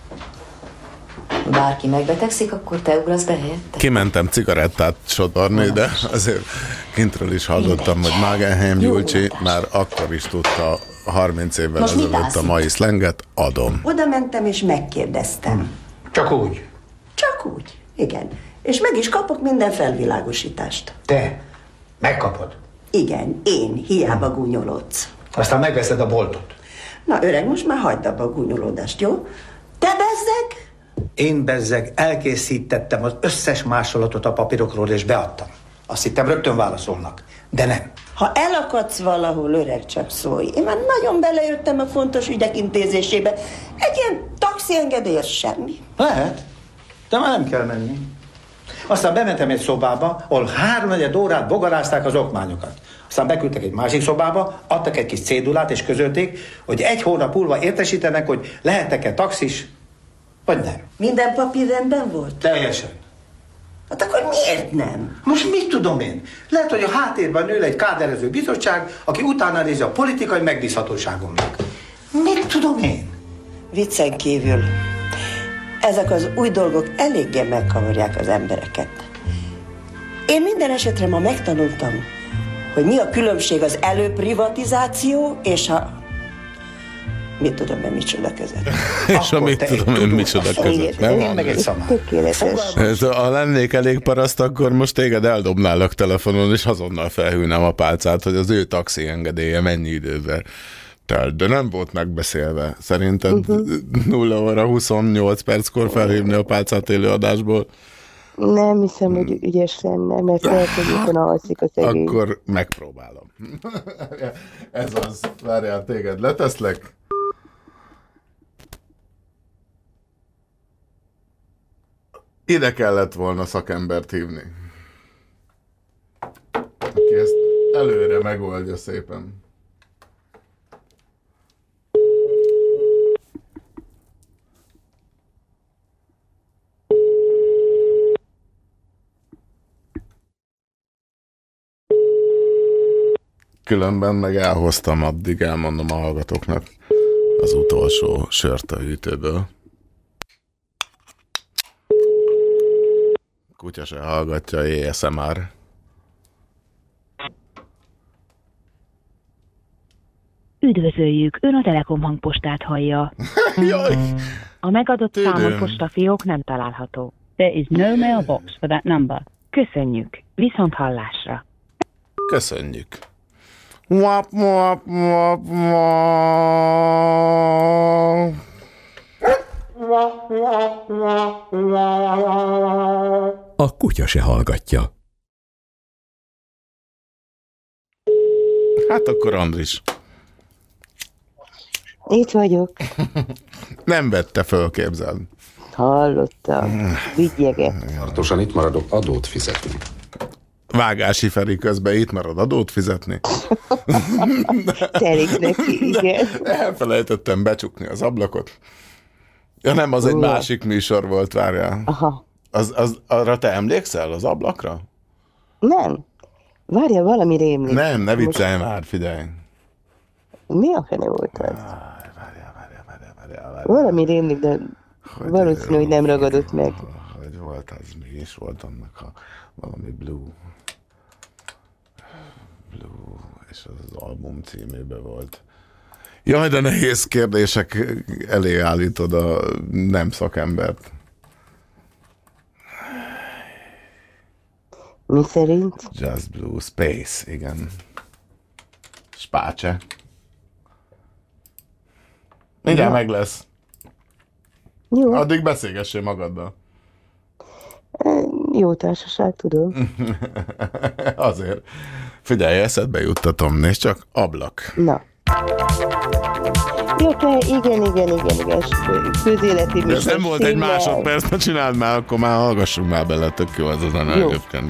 Bárki megbetegszik, akkor te ugrasz be helyette? Kimentem cigarettát sodorni, de azért kintről is hallottam, hogy Magenheim Gyulcsi már akkor is tudta 30 évvel ezelőtt a mai szlenget, adom. Oda mentem és megkérdeztem. Csak úgy? Csak úgy, igen. És meg is kapok minden felvilágosítást. Te? Megkapod? Igen, én, hiába gúnyolódsz. Aztán megveszed a boltot. Na öreg, most már hagyd abba a gúnyolódást, jó? Te bezzeg? Én bezzeg elkészítettem az összes másolatot a papírokról és beadtam. Azt hittem rögtön válaszolnak, de nem. Ha elakadsz valahol, öreg, csak szólj. Én már nagyon belejöttem a fontos ügyek intézésébe. Egy ilyen taxiengedélyes semmi. Lehet, de már nem kell menni. Aztán bementem egy szobába, ahol 3-4 órát bogarázták az okmányokat. Aztán beküldtek egy másik szobába, adtak egy kis cédulát és közölték, hogy 1 hónap múlva értesítenek, hogy lehetek-e taxis, vagy nem. Minden papír rendben volt? Teljesen. Hát akkor miért nem? Most mit tudom én? Lehet, hogy a háttérben ül egy káderező bizottság, aki utána nézi a politikai megbízhatóságomnak. Mit tudom én? Viccen kívül, ezek az új dolgok eléggé megkavarják az embereket. Én minden esetre ma megtanultam, hogy mi a különbség az előprivatizáció és a... Mit tudom én, micsoda között. És a mit tudom én, micsoda között. Nem? Én meg egy szamár. Tökéletes. Ha lennék elég paraszt, akkor most téged eldobnálak telefonon, és azonnal felhűlném a pálcát, hogy az ő taxi engedélye mennyi idővel telt. De nem volt megbeszélve. Szerinted 0 óra 28 perckor felhívni a pálcát élő adásból? Nem hiszem, hogy ügyes lenne, mert lehet, hogy éppen alszik a szegény. Akkor megpróbálom. Ez az. Várjál, téged leteszlek. Ide kellett volna szakembert hívni. Aki ezt előre megoldja szépen. Különben meg elhoztam, addig elmondom a hallgatóknak az utolsó sört a hűtőből. Kutya se hallgatja, ASMR. Üdvözöljük, ön a Telekom hangpostát hallja. A megadott számon postafiók nem található. There is no mailbox for that number. Köszönjük, viszont hallásra. Köszönjük. Wap, wap, wap, wap. A kutya se hallgatja. Hát akkor Andris. Itt vagyok. Nem vette föl, képzeld. Hallottam. Vigyeget. Tartósan itt maradok adót fizetni. Vágási Feri közben itt marad adót fizetni. Telik neki, igen. Elfelejtettem becsukni az ablakot. Ja nem, az egy másik műsor volt, várjál. Aha. Arra te emlékszel, az ablakra? Nem. Várja, valami rémlik. Nem, ne viccelj már, figyelj. Mi a fene volt az? Valami rémlik, de valószínű, hogy nem ragadott meg. Hogy volt az, mi is volt annak valami Blue, és az album címében volt. Jaj, de nehéz kérdések elé állítod a nem szakembert. Mi szerint? Just Blue Space, igen. Spácse. Mindjárt meg lesz. Jó. Addig beszélgessél magaddal. Jó társaság, tudom. Azért. Figyelj, eszedbe juttatom, nézd csak, ablak. Na. Jó, te, igen. Közéleti de ez nem volt egy másodperc, ne csináld már, akkor már hallgassunk már bele, tök jó az a zene egyébként.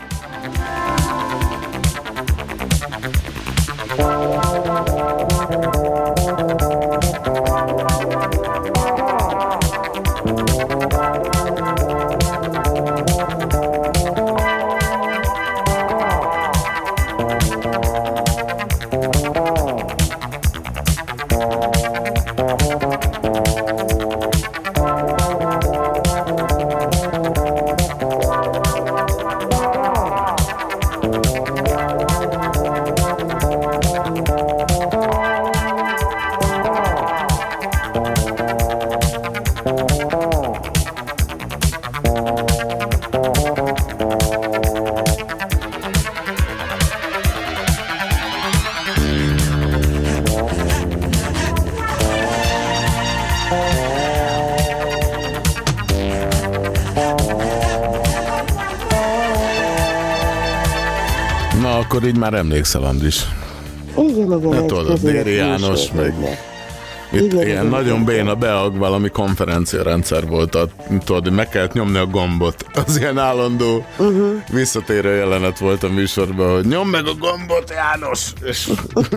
Akkor így már emlékszel, Andris. Igen. Hát tudod, Déri János, meg itt ilyen nagyon béna beag valami konferenciarendszer volt, tudod, meg kellett nyomni a gombot. Az ilyen állandó visszatérő jelenet volt a műsorban, hogy nyomd meg a gombot, János! És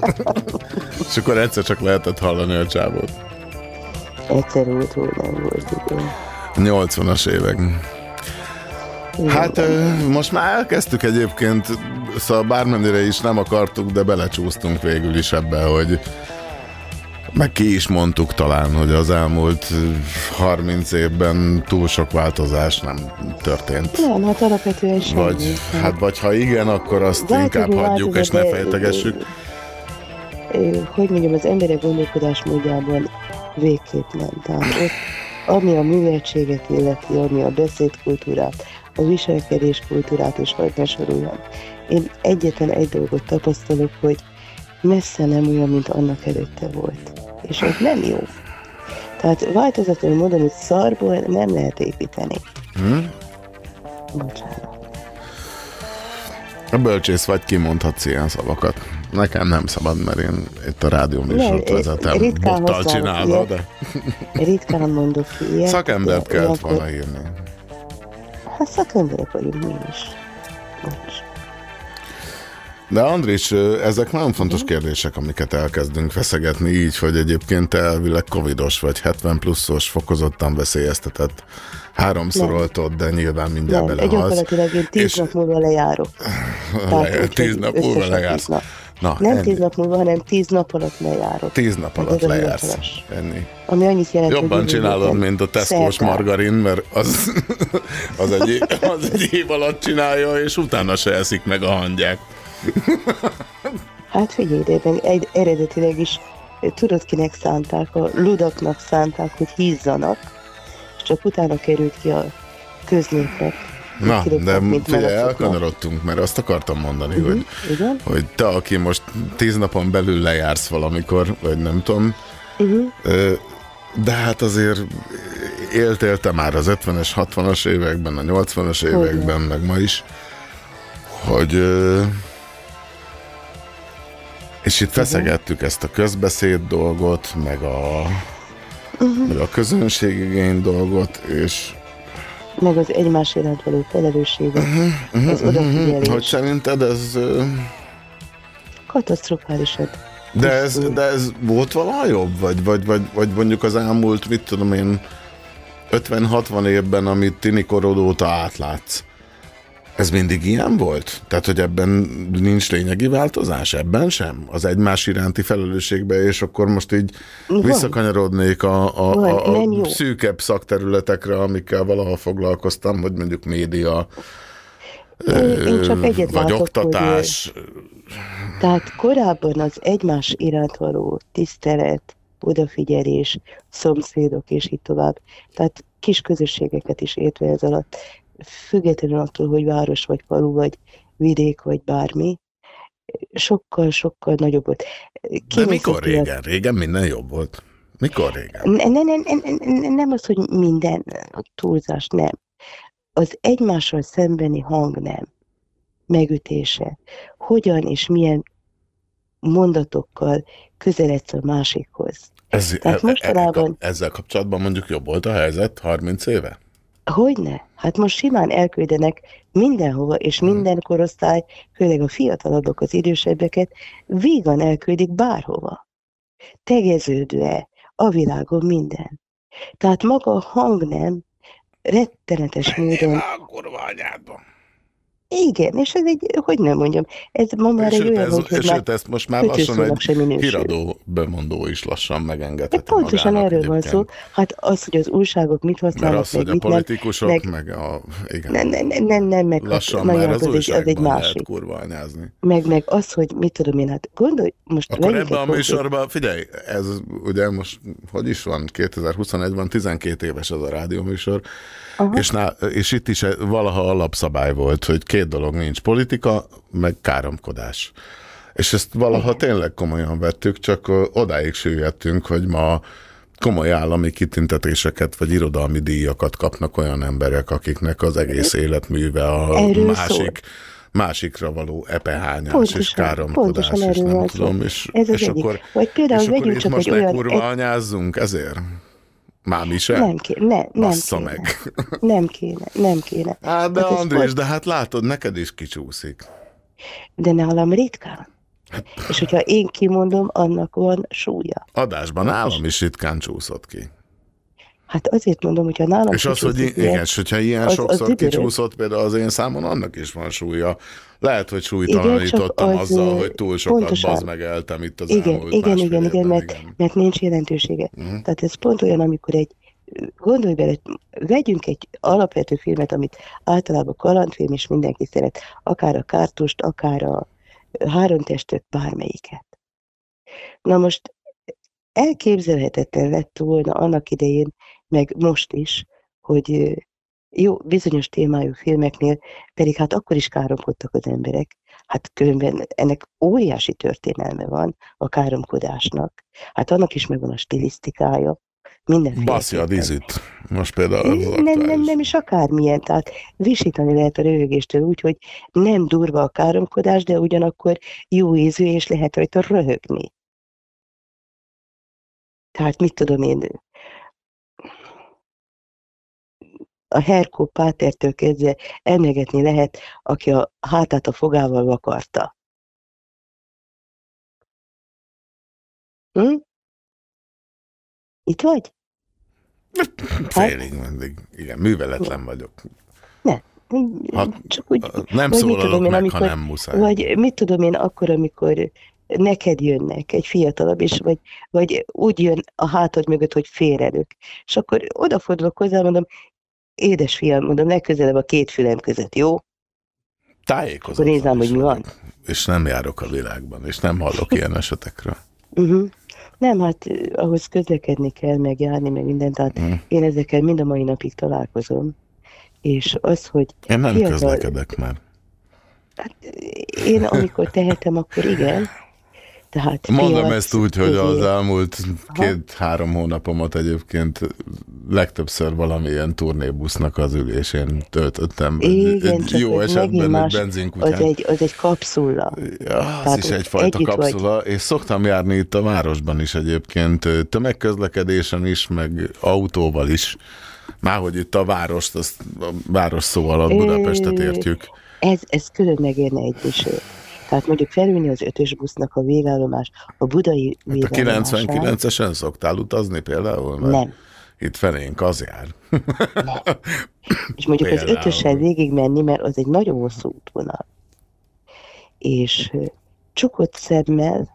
akkor egyszer csak lehetett hallani a csávót. Egyszer volt, hogy nem volt, igen. 80-as évek. Hát most már elkezdtük egyébként, szóval bármennyire is nem akartuk, de belecsúsztunk végül is ebbe, hogy meg ki is mondtuk talán, hogy az elmúlt 30 évben túl sok változás nem történt. Nem, hát alapvetően semmi. Vagy ha igen, akkor azt inkább hagyjuk és ne fejtegessük. Hogy mondjam, az emberek gondolkodásmódjában végképp nem. Tehát ott, ami a műveltséget illeti, ami a beszédkultúrát, a viselkedés kultúrát is hogy ne soroljam. Én egyetlen egy dolgot tapasztalok, hogy messze nem olyan, mint annak előtte volt. És ez nem jó. Tehát változatlanul mondom, hogy szarból nem lehet építeni. Bocsánat. A bölcsész vagy, kimondhatsz ilyen szavakat. Nekem nem szabad, mert én itt a rádióműsort vezetem, bottal csinálva, de... Ritkán mondok ki ilyet. Szakembert kellett volna írni. Hát szakemberek vagyunk mi is. De Andris, ezek nagyon fontos kérdések, amiket elkezdünk feszegetni így, hogy egyébként te elvileg covidos vagy 70 pluszos, fokozottan veszélyeztetett. 3-szor oltod, de nyilván mindjárt belehalsz. Gyakorlatilag én 10 nap múlva lejárok. 10 nap múlva lejársz. Na, nem 10 nap múlva, hanem 10 nap alatt lejárok. 10 nap alatt lejársz. Ennyi. Ami annyit jelent, jobban csinálod, mint a Tesco-s margarin, mert az egy év alatt csinálja, és utána se eszik meg a hangyák. Hát figyelj, de eredetileg is tudod, kinek szánták, a ludaknak szánták, hogy hízzanak, és csak utána került ki a köznépnek. Na, de figyelj, elkanyarodtunk, mert azt akartam mondani, hogy te, aki most 10 napon belül lejársz valamikor, vagy nem tudom, de hát azért éltél te már az 50-es, 60-as években, a 80-as években, meg ma is, hogy... És itt feszegettük ezt a közbeszéd dolgot, meg meg a közönségigény dolgot, és meg az egymás iránt való felelősséget, az odafigyelés. Hogy szerinted ez... katasztrofálisan. De ez volt valaha jobb? Vagy mondjuk az elmúlt, mit tudom én, 50-60 évben, amit tini korod óta átlátsz. Ez mindig ilyen volt? Tehát, hogy ebben nincs lényegi változás? Ebben sem? Az egymás iránti felelősségbe, és akkor most így visszakanyarodnék a szűkebb szakterületekre, amikkel valaha foglalkoztam, hogy mondjuk média, én csak egyet vagy látok, oktatás. Tehát korábban az egymás iránt való tisztelet, odafigyelés, szomszédok és így tovább. Tehát kis közösségeket is értve ez alatt, függetlenül attól, hogy város vagy falu, vagy vidék, vagy bármi, sokkal-sokkal nagyobb volt. De mikor régen? Régen minden jobb volt. Mikor régen? Nem az, hogy minden túlzás, nem. Az egymással szembeni hangnem, megütése, hogyan és milyen mondatokkal közeledsz a másikhoz. Tehát mostanában... Ezzel kapcsolatban mondjuk jobb volt a helyzet 30 éve? Hogyne? Hát most simán elküldenek mindenhova, és minden korosztály, főleg a fiatalabbak, az idősebbeket, vígan elküldik bárhova. Tegeződve, a világon minden. Tehát maga a hangnem rettenetes módon... Igen, és ez egy, hogy nem mondjam, ez ma már egy olyan, hogy ezt most már lassan egy híradó bemondó is lassan megengedheti magának. Pontosan erről van szó. Hát az, hogy az újságok mit használnak, mert az, hogy a politikusok, meg a... Igen. Nem, meg lassan már az újságban lehet kurványázni. Meg az, hogy mit tudom én, hát gondolj, most... Akkor ebben a műsorban, figyelj, ez ugye most, hogy is van, 2021-ban 12 éves az a rádióműsor, és itt is valaha alapszabály volt, hogy két dolog nincs, politika, meg káromkodás. És ezt valaha tényleg komolyan vettük, csak odáig süllyedtünk, hogy ma komoly állami kitüntetéseket, vagy irodalmi díjakat kapnak olyan emberek, akiknek az egész életműve a másikra való epehányás és káromkodás, és nem tudom, és akkor itt most megkurványázzunk ezért? Már mi sem? Nem kéne. Nem kéne. Hát de Andrés, de hát látod, neked is kicsúszik. De nálam ritkán. És hogyha én kimondom, annak van súlya. Adásban nálam is ritkán csúszott ki. Hát azért mondom, hogyha nálam és az, hogy igen, hogyha ilyen sokszor kicsúszott, például az én számon, annak is van súlya. Lehet, hogy súlytalanítottam azzal, hogy túl sokat bazmegeltem itt az elmúlt Igen, mert nincs jelentősége. Tehát ez pont olyan, amikor gondolj bele, vegyünk egy alapvető filmet, amit általában kalandfilm, és mindenki szeret, akár a Kártust, akár a Három testet, bármelyiket. Na most elképzelhetetlen lett volna annak idején, meg most is, hogy jó, bizonyos témájú filmeknél pedig hát akkor is káromkodtak az emberek. Hát különben ennek óriási történelme van a káromkodásnak. Hát annak is megvan a stilisztikája. Baszi a dizit. Most például nem is akármilyen. Tehát visítani lehet a röhögéstől úgy, hogy nem durva a káromkodás, de ugyanakkor jó ízű, és lehet rajta röhögni. Tehát mit tudom én, a Herkó Pátertől kezdve emlegetni lehet, aki a hátát a fogával vakarta. Itt vagy? Félig mindig. Igen, műveletlen vagyok. Csak úgy, nem szólalok meg, ha nem muszáj. Vagy mit tudom én akkor, amikor neked jönnek egy fiatalabb, és vagy úgy jön a hátad mögött, hogy félrelök. És akkor odafordulok hozzá, mondom, édesfiam, mondom, legközelebb a két fülem között, jó? Tájékozom. Akkor nézem, hogy mi van. És nem járok a világban, és nem hallok ilyen esetekről. Nem, hát ahhoz közlekedni kell, meg járni, meg mindent, tehát én ezekkel mind a mai napig találkozom. És az, hogy... Én nem közlekedek már. Hát én amikor tehetem, akkor igen, Tehát mondom ezt úgy, hogy az elmúlt 2-3 hónapomat egyébként legtöbbször valamilyen turnébusznak az ülésén töltöttem. Igen, csak jó esetben egy benzinkutyán. Az egy kapszula. Ja, az is egyfajta kapszula, és szoktam járni itt a városban is egyébként, tömegközlekedésen is, meg autóval is. Márhogy itt a várost, a város szó alatt Budapestet értjük. Ez külön megérne egy műsor. Tehát mondjuk felülni az 5-ös busznak a végállomás, a budai végállomás. A 99-esen szoktál utazni például? Nem. Itt felénk az jár. Nem. És mondjuk például az 5-össel végig menni, mert az egy nagyon hosszú útvonal. És csukott szemmel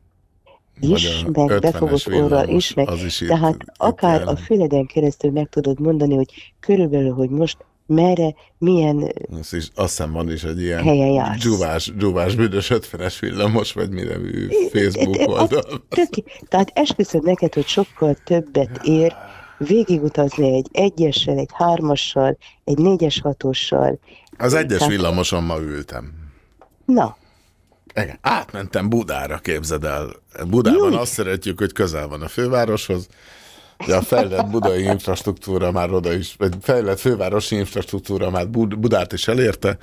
is, meg befogott orral is, meg, tehát akár a füleden keresztül meg tudod mondani, hogy körülbelül, hogy most merre, milyen azt hiszem van is egy ilyen dzsúvás büdös 50-es villamos, vagy mindenű Facebook oldal. Tehát esküszöm neked, hogy sokkal többet ér végigutazni egy 1-essel, egy 3-assal, egy 4-es 6-ossal. Az 1-es villamoson ma ültem. Na. Igen, átmentem Budára, képzeld el. Budában azt szeretjük, hogy közel van a fővároshoz. De a fejlett budai infrastruktúra már oda is, vagy fejlett fővárosi infrastruktúra már Budát is elérte.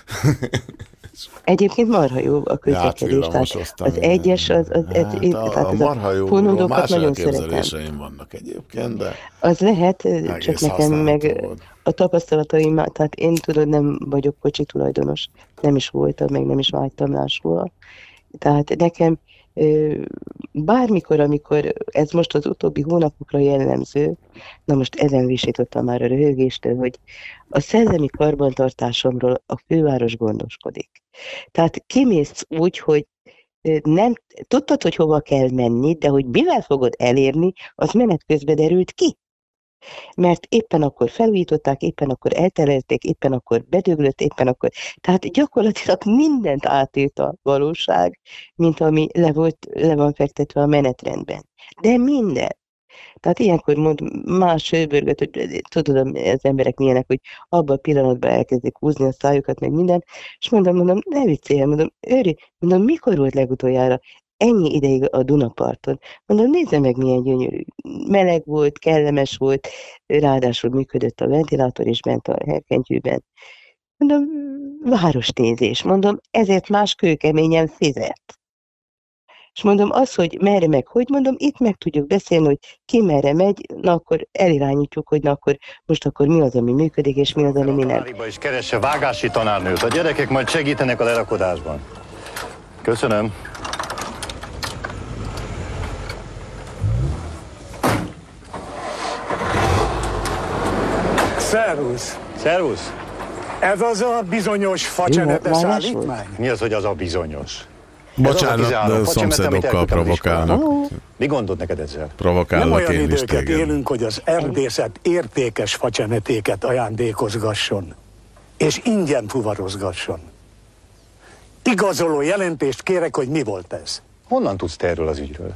Egyébként marha jó a közlekedés. Az 1-es, a marha jóról más elképzeléseim vannak egyébként, de az lehet, csak nekem meg a tapasztalataim, tehát én tudod, nem vagyok kocsi tulajdonos, nem is voltam, meg nem is vágytam máshol. Tehát nekem bármikor, amikor ez most az utóbbi hónapokra jellemző, na most ezen visítottam már a röhögéstől, hogy a szellemi karbantartásomról a főváros gondoskodik. Tehát kimész úgy, hogy nem tudtad, hogy hova kell menni, de hogy mivel fogod elérni, az menet közben derült ki. Mert éppen akkor felújították, éppen akkor elterelték, éppen akkor bedöglött, éppen akkor... Tehát gyakorlatilag mindent átért a valóság, mint ami le van fektetve a menetrendben. De minden. Tehát ilyenkor mond más hőbörgött, hogy tudod, az emberek milyenek, hogy abban a pillanatban elkezdik húzni a szájukat, meg minden, és mondom, ne viccélj, mondom, Őri, mondom, mikor volt legutoljára ennyi ideig a Dunaparton? Mondom, nézze meg, milyen gyönyörű. Meleg volt, kellemes volt, ráadásul működött a ventilátor is bent a herkentyűben. Mondom, városnézés. Mondom, ezért más kőkeményen fizet. És mondom, az, hogy merre meg, hogy mondom, itt meg tudjuk beszélni, hogy ki merre megy, na akkor elirányítjuk, hogy na akkor most akkor mi az, ami működik, és mi az, ami nem. A is keresse vágási tanárnőt, a gyerekek majd segítenek a lerakodásban. Köszönöm. Szervusz! Szervusz! Ez az a bizonyos facsenetes állítmány? Mi az, hogy az a bizonyos? Bocsánat, de szomszédokkal provokálnak. Mi gondod neked ezzel? Provokállak nem olyan én is időket téged. élünk, hogy az erdészet értékes facsenetéket ajándékozgasson, és ingyen fuvarozgasson. Igazoló jelentést kérek, hogy mi volt ez. Honnan tudsz te erről az ügyről?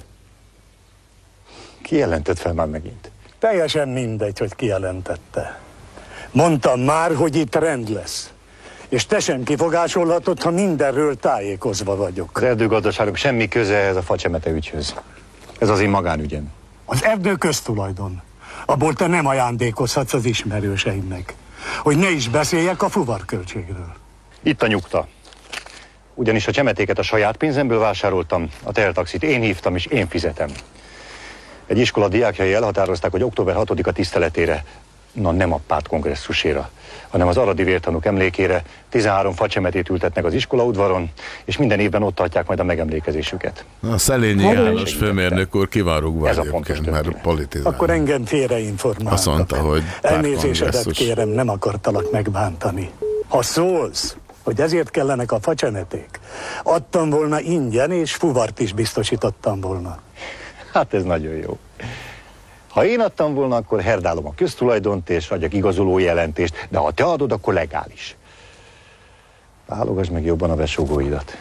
Ki jelentett fel már megint? Teljesen mindegy, hogy kijelentette. Mondtam már, hogy itt rend lesz. És te sem kifogásolhatod, ha mindenről tájékozva vagyok. Az erdőgazdaságnak semmi köze ehhez a facsemete ügyhöz. Ez az én magánügyem. Az erdő köztulajdon. Abból te nem ajándékozhatsz az ismerőseimnek. Hogy ne is beszéljek a fuvarköltségről. Itt a nyugta. Ugyanis a csemetéket a saját pénzemből vásároltam, a tehertaxit én hívtam és én fizetem. Egy iskola diákjai elhatározták, hogy október 6-a tiszteletére, na nem a párt kongresszusére, hanem az aradi vértanúk emlékére 13 facsemetét ültetnek az iskolaudvaron, és minden évben ott tartják majd a megemlékezésüket. A Szelényi János főmérnök úr ki van rúgva egyébként, mert politizál. Akkor engem félreinformáltak. Azt mondta, hogy elnézésedet kérem, nem akartalak megbántani. Ha szólsz, hogy ezért kellenek a facsemeték, adtam volna ingyen, és fuvart is biztosítottam volna. Hát ez nagyon jó. Ha én adtam volna, akkor herdálom a köztulajdont, és adjak igazoló jelentést, de ha te adod, akkor legális. Válogass meg jobban a besugóidat.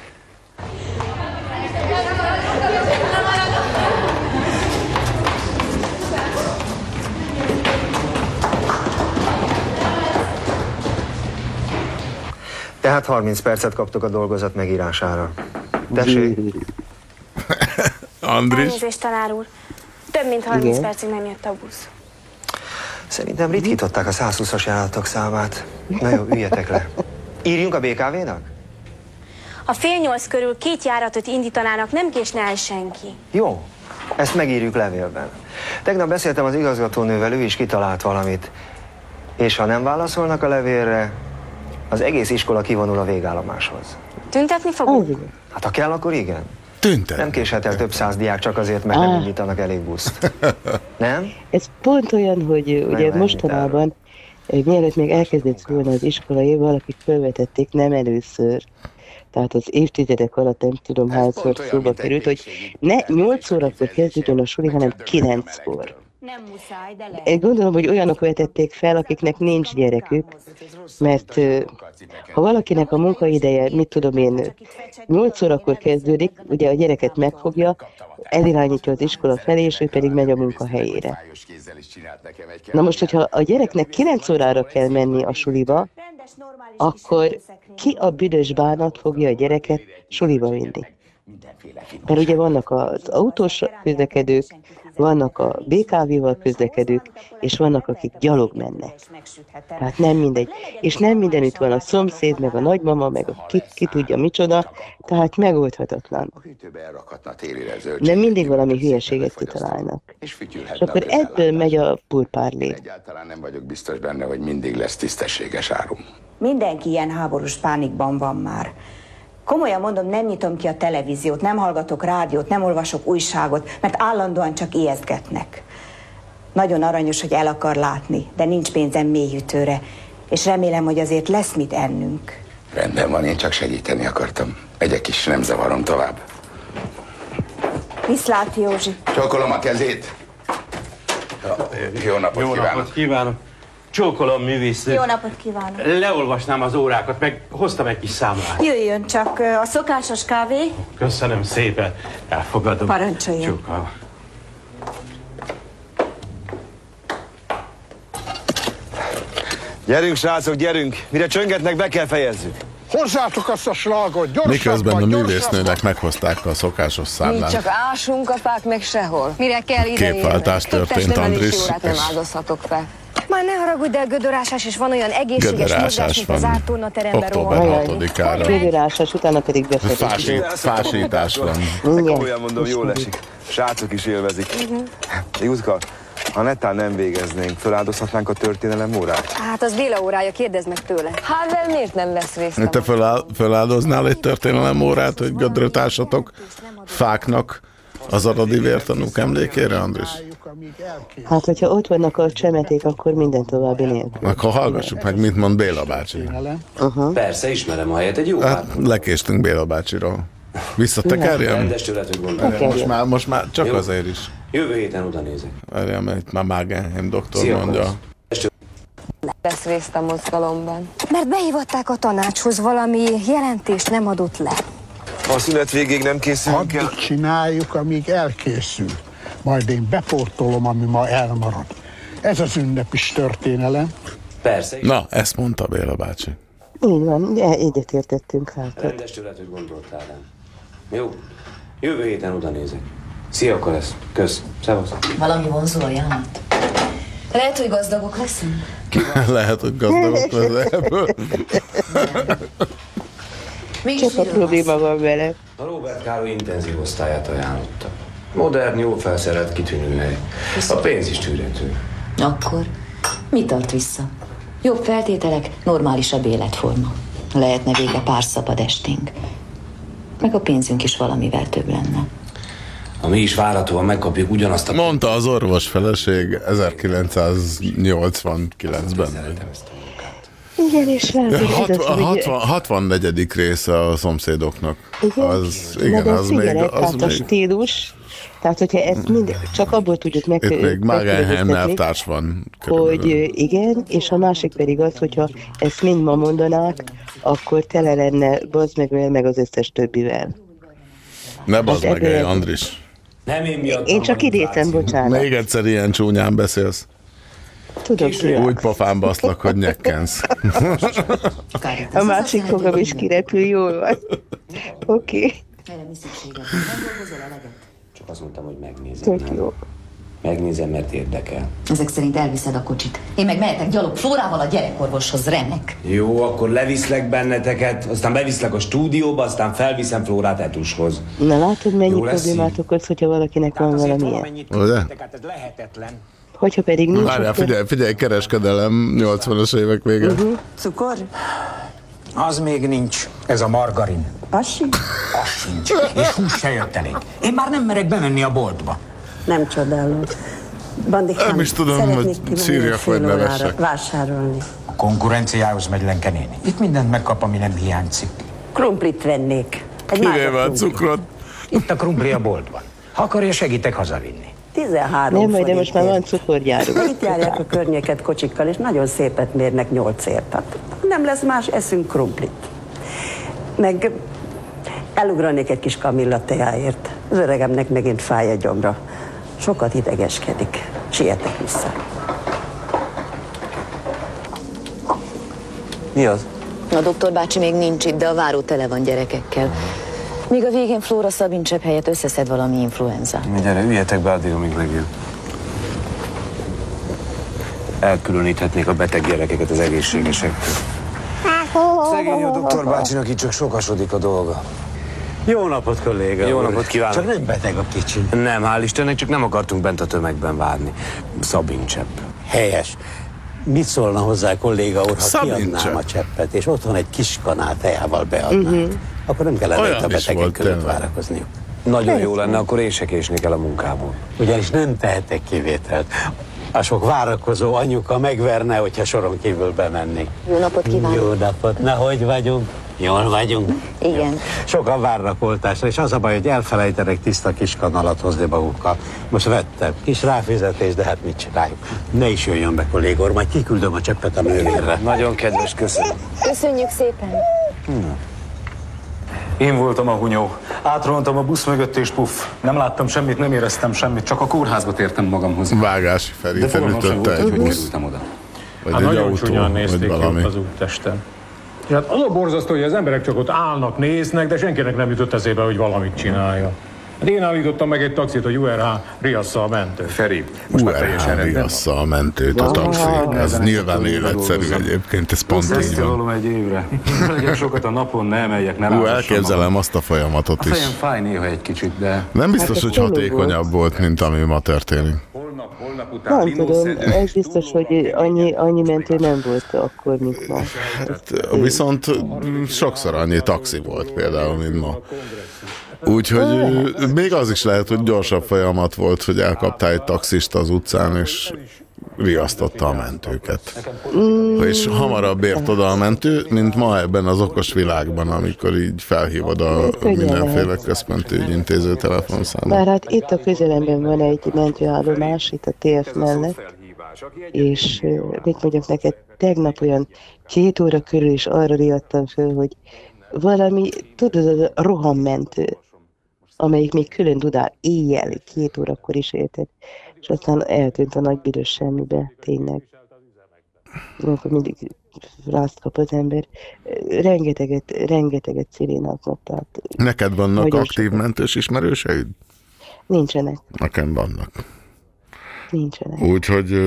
Tehát 30 percet kaptok a dolgozat megírására. Tessék? Andris? Elnézést, tanár úr. Több mint 30 Igen. percig nem jött a busz. Szerintem ritkították a 120-as járatok számát. Na jó, üljetek le. Írjunk a BKV-nak? Ha 7:30 körül 2 járatot indítanának, nem késne el senki. Jó, ezt megírjuk levélben. Tegnap beszéltem az igazgatónővel, ő is kitalált valamit. És ha nem válaszolnak a levélre, az egész iskola kivonul a végállomáshoz. Tüntetni fogunk? Hát ha kell, akkor igen. Nem késhet el több 100 diák csak azért, mert nem indítanak elég buszt. Nem? Ez pont olyan, hogy ugye mostanában, mielőtt még elkezdett volna az iskola év, valakik felvetették nem először. Tehát az évtizedek alatt nem tudom hányszor szóba került, hogy ne 8 órakor kezdődjön a suli, hanem 9-kor. Nem muszáj, de lehet. Én gondolom, hogy olyanok vetették fel, akiknek nincs gyerekük, mert ha valakinek a munkaideje, mit tudom én, 8 órakor kezdődik, ugye a gyereket megfogja, elirányítja az iskola felé, és ő pedig megy a munkahelyére. Na most, hogyha a gyereknek 9 órára kell menni a suliba, akkor ki a büdös bánat fogja a gyereket suliba vinni? Mert ugye vannak az autós közlekedők, vannak a BKV-val közlekedők, és vannak, akik gyalog mennek. Tehát nem mindegy. És nem mindenütt van a szomszéd, meg a nagymama, meg a ki tudja micsoda, tehát megoldhatatlan. De mindig valami hülyeséget kitalálnak. És akkor ebből megy a purpárlé. Egyáltalán nem vagyok biztos benne, hogy mindig lesz tisztességes árum. Mindenki ilyen háborús pánikban van már. Komolyan mondom, nem nyitom ki a televíziót, nem hallgatok rádiót, nem olvasok újságot, mert állandóan csak ijesztgetnek. Nagyon aranyos, hogy el akar látni, de nincs pénzem mélyhűtőre, és remélem, hogy azért lesz mit ennünk. Rendben van, én csak segíteni akartam. Egyek is, nem zavarom tovább. Viszlát, Józsi. Csókolom a kezét. Jó napot kívánok. Kívánok. Csókolom, művésznő. Jó napot kívánok. Leolvasnám az órákat, meg hoztam egy kis számlát. Jöjjön csak, a szokásos kávé. Köszönöm szépen. Elfogadom. Parancsoljon. Csókolom. Gyerünk, srácok, gyerünk! Mire csöngetnek, be kell fejezzük. Hozzátok azt a slágot, gyorsabban, Miközben a művésznőnek meghozták a szokásos Mi számlát. csak ásunk a fák meg sehol. Mire kell ide Képváltás történt, Andris. órát nem áldozhatok fel. Már ne haragudj, de gödörásás is van, olyan egészséges Gödörásás mozgás, mint az van. áttornateremben Október rohan. 6-ára. Gödörásás, utána pedig befejezik. Fásítás van. Komolyan mondom, jól esik. Srácok is élvezik. Jutka, ha netán nem végeznénk, feláldozhatnánk a történelem órát? Hát az Béla órája, kérdezd meg tőle. Hát de miért nem vesz részt? Te feláldoznál egy történelem órát, hogy gödrötársatok fáknak az aradi vértanúk emlékére, Andris? Hát, hogyha ott vannak a csemeték, akkor minden további nélkül. Akkor hallgassuk meg, mit mond Béla bácsi. Persze, ismerem a helyet, egy jó Hát lekéstünk Béla bácsiról. Visszatekerjem? Rendes tőletük gondolom. Most már csak Jó. azért is. Jövő héten oda nézek. Várjál, mert itt már Magenheim doktor Szia, mondja. Vesz részt a mozgalomban. Mert behívatták a tanácshoz, valami jelentést nem adott le. A szünet végéig nem készülünk el. Addig csináljuk, amíg elkészül. Majd én beportolom, ami ma elmarad. Ez az ünnepis történelem. Persze. Na, ezt mondta Béla bácsi. Így van, egyetértettünk hát. Rendes tőletük gondoltál, nem? Jó. Jövő héten oda nézek. Szia, akkor lesz. Kösz. Szevasz. Valami vonzó ajánlat? Lehet, hogy gazdagok leszünk? Lehet, hogy gazdagok lesz ebből. Csak a probléma van vele. A Róbert Károly intenzív osztályát ajánlotta. Modern, jó felszerelt, kitűnő hely. A pénz is tűrhető. Akkor mi tart vissza? Jobb feltételek, normálisabb életforma. Lehetne vége pár szabad esténk. Meg a pénzünk is valamivel több lenne. Ha mi is várhatóan megkapjuk ugyanazt a... Mondta az orvos feleség 1989-ben. Igen, és A 64. része a szomszédoknak. Igen, Igen, de az még... figyelek, Az tehát a még stílus, tehát hogyha ezt csak abból tudjuk itt még Magenheim elvtárs van. hogy igen, és a másik pedig az, hogyha ezt mind ma mondanák, akkor tele lenne bazd meg az összes többivel. Ne bazd Hát meg, ebből- Andris. Nem én miattam. Én csak idézem, bocsánat. Még egyszer ilyen csúnyán beszélsz. Tudom, Úgy pofán baszlak, hogy nyekkensz. a másik fogam is kirepül, jól van. Oké. Erre mi szükséged? Nem dolgozol eleget? Csak azt mondtam, hogy megnézem. Tök jó. Megnézem, mert érdekel. Ezek szerint elviszed a kocsit. Én meg mehetek gyalog Flórával a gyerekorvoshoz, remek. Jó, akkor leviszlek benneteket, aztán beviszlek a stúdióba, aztán felviszem Flórát Etushoz. Na látod, mennyi problémát okoz, hogyha valakinek van valamilyen? Ugye? Hogyha pedig nincs... Várjál, figyelj, kereskedelem 80-as évek vége. Cukor? Az még nincs. Ez a margarin. Az sincs? Az sincs. És hús se jött elég. Én már nem merek bemenni a boltba. Nem csodálod. Bandikám, nem is tudom, hogy sírjak vagy nevessek. Vásárolni. A konkurenciához megy Lenke néni. Itt mindent megkap, ami nem hiányzik. Krumplit vennék. Kivéve a cukrot. Itt a krumpli a boltban. Ha akarja, segítek hazavinni. 13 nem, de most már van cukorgyárunk. Itt járják a környéket kocsikkal, és nagyon szépet mérnek 8-ért. Tehát nem lesz más, eszünk krumplit. Meg elugranék egy kis kamilla teáért. Az öregemnek megint fáj a gyomra. Sokat idegeskedik. Sietek vissza. Mi az? A doktor bácsi még nincs itt, de a váró tele van gyerekekkel. Még a végén Flóra Szabincsepp helyett összeszed valami influenzát. Gyere, üljetek be addig, amíg megjön. Elkülöníthetnék a beteg gyerekeket az egészségesektől. Szegény a doktor bácsinak itt csak sokasodik a dolga. Jó napot, kolléga. Jó napot kívánok. Csak nem beteg a kicsi. Nem, hál' Istennek, csak nem akartunk bent a tömegben várni. Szabincsepp. Helyes. Mit szólna hozzá, kolléga úr, ha kiadnám a cseppet, és otthon egy kis kanál tejával beadnánk? Akkor nem kellene itt a betegek között várakozniuk. Nagyon jó lenne, akkor én se késnék el a munkából. Ugyanis nem tehetek kivételt. A sok várakozó anyuka megverne, hogyha soron kívül bemennék. Jó napot kívánok! Jó napot! Na, hogy vagyunk? Jól vagyunk? Igen. Sokan várnak oltásra, és az a baj, hogy elfelejtenek tiszta kis kanalat hozni magukkal. Most vettem. Kis ráfizetés, de hát mit csináljuk? Ne is jöjjön be, kollégor, majd kiküldöm a cseppet a nővérre. Nagyon kedves, köszönöm. Köszönjük szépen! Én voltam a hunyó. Átrontam a busz mögött és puff. Nem láttam semmit, nem éreztem semmit, csak a kórházba tértem magamhoz. Vágási Feri, de fogalmam sem volt, hogy kerültem oda. Hát nagyon csúnyán nézték ki az úttesten. És hát az a borzasztó, hogy az emberek csak ott állnak, néznek, de senkinek nem jutott eszébe, hogy valamit csinálja. Hát én állítottam meg egy taxit, hogy URH riassza a mentőt. Feri, most már teljesen rendben van. Riassza a mentőt a taxi. Ez nyilván életszerű egyébként, ez pont így van. egy évre. Legyen sokat a napon, ne emeljek, ne rámossam. Elképzelem azt a folyamatot is. A fejem fáj néha egy kicsit, de... Nem biztos, hogy hatékonyabb volt, mint ami ma történik. Holnap után nem tudom, ez biztos, hogy annyi mentő nem volt akkor, mint ma. Hát, viszont sokszor annyi taxi volt például, mint ma. Úgyhogy még az is lehet, hogy gyorsabb folyamat volt, hogy elkaptál egy taxist az utcán, és riasztotta a mentőket. És hamarabb ért oda a mentő, mint ma ebben az okos világban, amikor így felhívod a mindenféle központi ügyintéző telefonszámot. Bár hát itt a közelemben van egy mentőállomás, itt a TF mellett, és mit mondjak neked, tegnap olyan 2 óra körül is arra riadtam föl, hogy valami, tudod, a rohammentő, amelyik még külön dudál éjjel, 2 órakor is érted, és aztán eltűnt a nagy büdös semmibe, tényleg. Akkor mindig rázt kap az ember. Rengeteget szirénáknak, tehát... Neked vannak aktív mentős ismerőseid? Nincsenek. Nekem vannak. Nincsenek. Úgyhogy...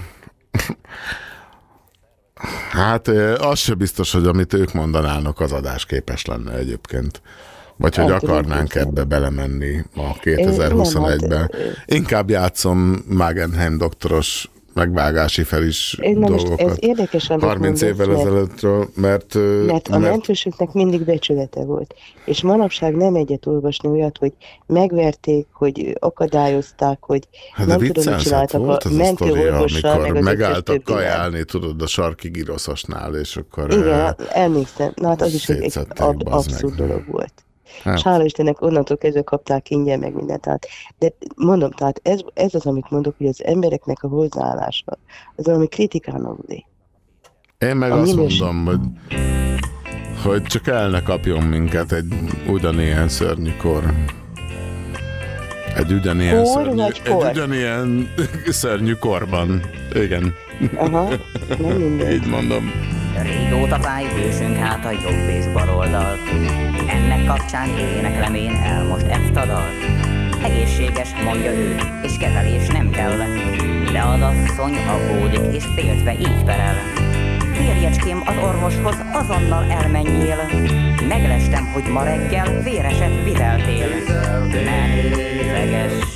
Hát az se biztos, hogy amit ők mondanának, az adásképes lenne egyébként. Vagy hogy akarnánk ebbe belemenni a 2021-ben. Inkább játszom Magenheim doktoros megvágási felis dolgokat. Ez érdekes, 30 évvel ezelőttről, mert a mentősöknek mindig becsülete volt. És manapság nem egyet olvasni olyat, hogy megverték, hogy akadályozták, hogy hát nem tudom, mit csináltak a mentőorvossal, amikor megálltak kajálni, tudod, a sarki giroszosnál, és akkor... Igen, emlékszem. Na hát az is egy abszurd dolog volt. Hát. És hála Istennek onnantól kezdve kapták ingyen meg mindent. Tehát, de mondom, tehát ez az, amit mondok, hogy az embereknek a hozzáállása, az valami kritikán aluli. Én meg azt mondom, hogy csak el ne kapjon minket egy ugyanilyen szörnyű kor. Egy ugyanilyen szörnyű korban. Igen. Aha, nem minden. Így mondom. Régóta fáj hősünk hát a jobb és bal oldal. Ennek kapcsán éneklem én el most ezt a dalt. egészséges, mondja ő, és kezelés nem kell. De az asszony aggódik, és féltve így perel. Férjecském, az orvoshoz azonnal elmenjél. Meglestem, hogy ma reggel véreset vizeltél. Ne nézeges,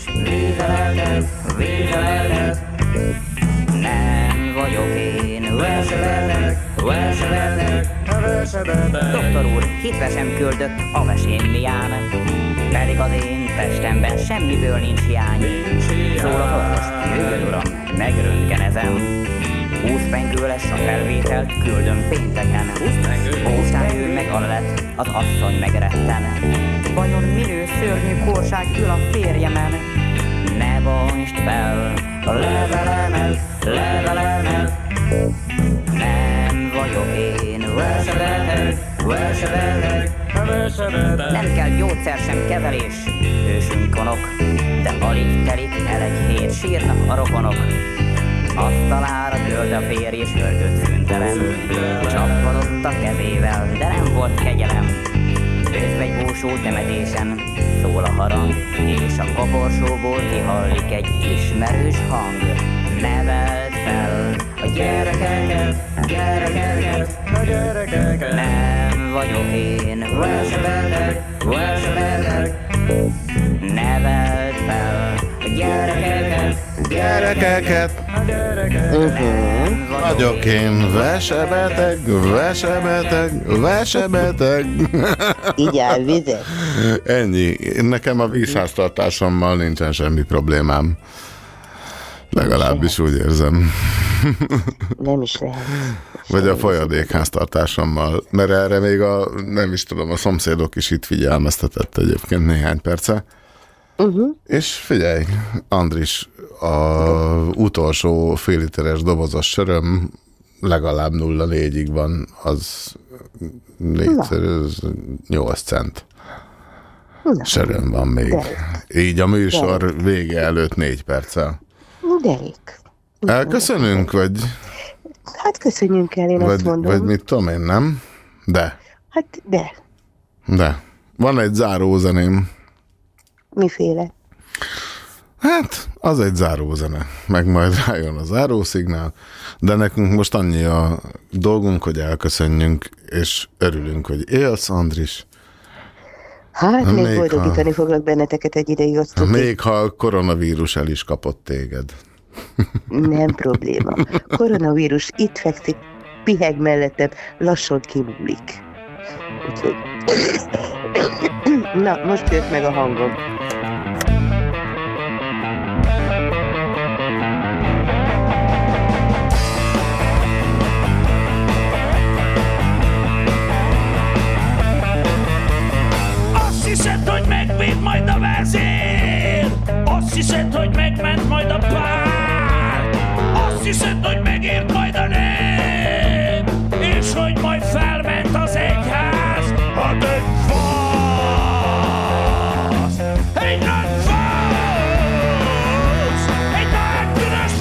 vízeleltet. Nem vagyok én, versebelek. Doktor úr, hitve sem küldött a vesémlián, pedig az én testemben semmiből nincs hiány. Szól az orvos, jöjjön uram, megröntgenezem. 20 pengő lesz a felvételt, küldöm pénteken. Aztán ő meg lett, az asszony megretten. Vajon minő szörnyű kórság ül a férjemen? Ne bontsd fel a levelemet. Nem vagyok én, versebelek. Nem kell gyógyszer sem kezelés, ősünk konok, de alig telik el egy hét, sírnak a rokonok. Asztalára dőlt a férj és öltött szüntelen. Csapkodott a kezével, de nem volt kegyelem. Közben egy búsó temetésen szól a harang, és a koporsóból kihallik egy ismerős hang. Neveld fel a gyerekeket. Nem vagyok én, versebelek. Neveld fel a gyerekeket. Vagyok én vesebeteg. Így áll vizet. Ennyi. Nekem a vízháztartásommal nincsen semmi problémám. Legalábbis úgy érzem. Nem is lehet. Vagy a folyadékháztartásommal. Mert erre még nem is tudom, a szomszédok is itt figyelmeztetett egyébként néhány perce. És figyelj, Andris, az utolsó fél literes dobozos söröm legalább 0,4-ig van, az 8 cent. Söröm van még. Így a műsor vége előtt 4 perccel. Derék. Elköszönünk, vagy? Hát köszönjünk el, én azt mondom. Vagy mit tudom én, nem? De. Hát de. Van egy zárózeném. Miféle? Hát, az egy zárózene. Meg majd rájön a zárószignál. De nekünk most annyi a dolgunk, hogy elköszönjünk, és örülünk, hogy élsz, Andris. Hát, még boldogítani foglak benneteket egy ideig osztani. Még ha a koronavírus el is kapott téged. Nem probléma. Koronavírus itt fekszik, piheg mellettem, lassan kimúlik. Úgyhogy... Na, most jött meg a hangom. Azt hiszed, hogy megvéd majd a vezér, azt hiszed, hogy megment majd a pár, azt hiszed, hogy megért majd a nép, és hogy majd felment az egyház. Hát egy fasz, egy nagy fasz, egy nagy büdös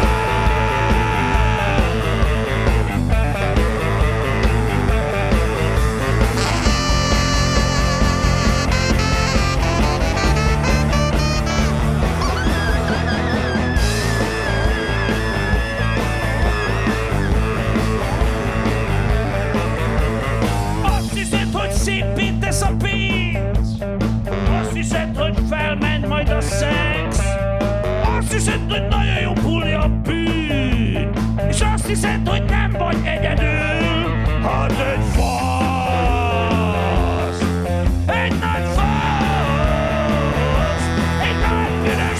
szépítesz a pénz, azt hiszed, hogy felment majd a szex, azt hiszed, hogy nagyon jó puli a bűn, és azt hiszed, hogy nem vagy egyedül. Hát egy fasz, egy nagy fasz, egy nagy büdös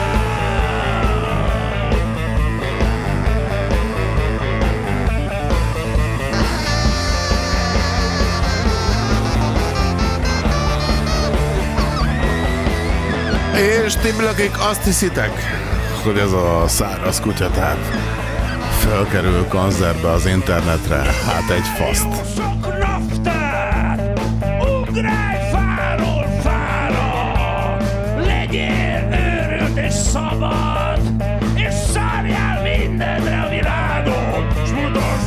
És ti blökik, azt hiszitek, hogy ez a száraz kutya, tehát felkerül konzervbe az internetre, hát egy faszt. sok raftát, ugrálj fáról fára, legyél őrült és szabad, és szárjál mindenre a világon, s mutasd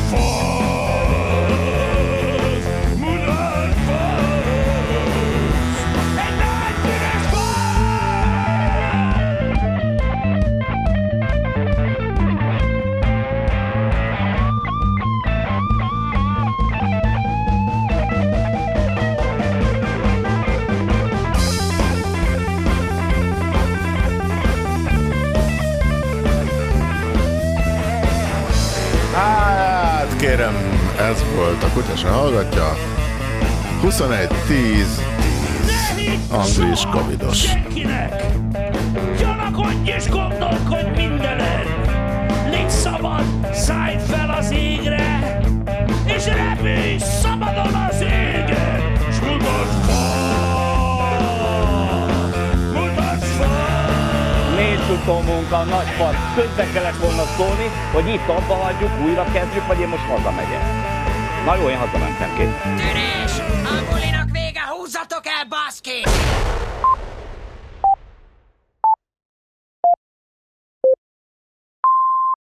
fasz, mutasd fasz, egy nagy büdös fasz. kérem, ez volt a Kutya se hallgatja. 21-10 Andris Kavidos. Gyanakodj és gondolkodj mindenen. Légy szabad, szállj fel az égre, és repülj szabadon az égen. S mutasd fel! Négy futómunk a nagy part. Közben kellett volna szólni, hogy itt abba hagyjuk, újra kezdjük, vagy én most hazamegyek. Na jó, én hazamentem, kész. Tűnés! A bulinak vége, húzzatok el, baszki!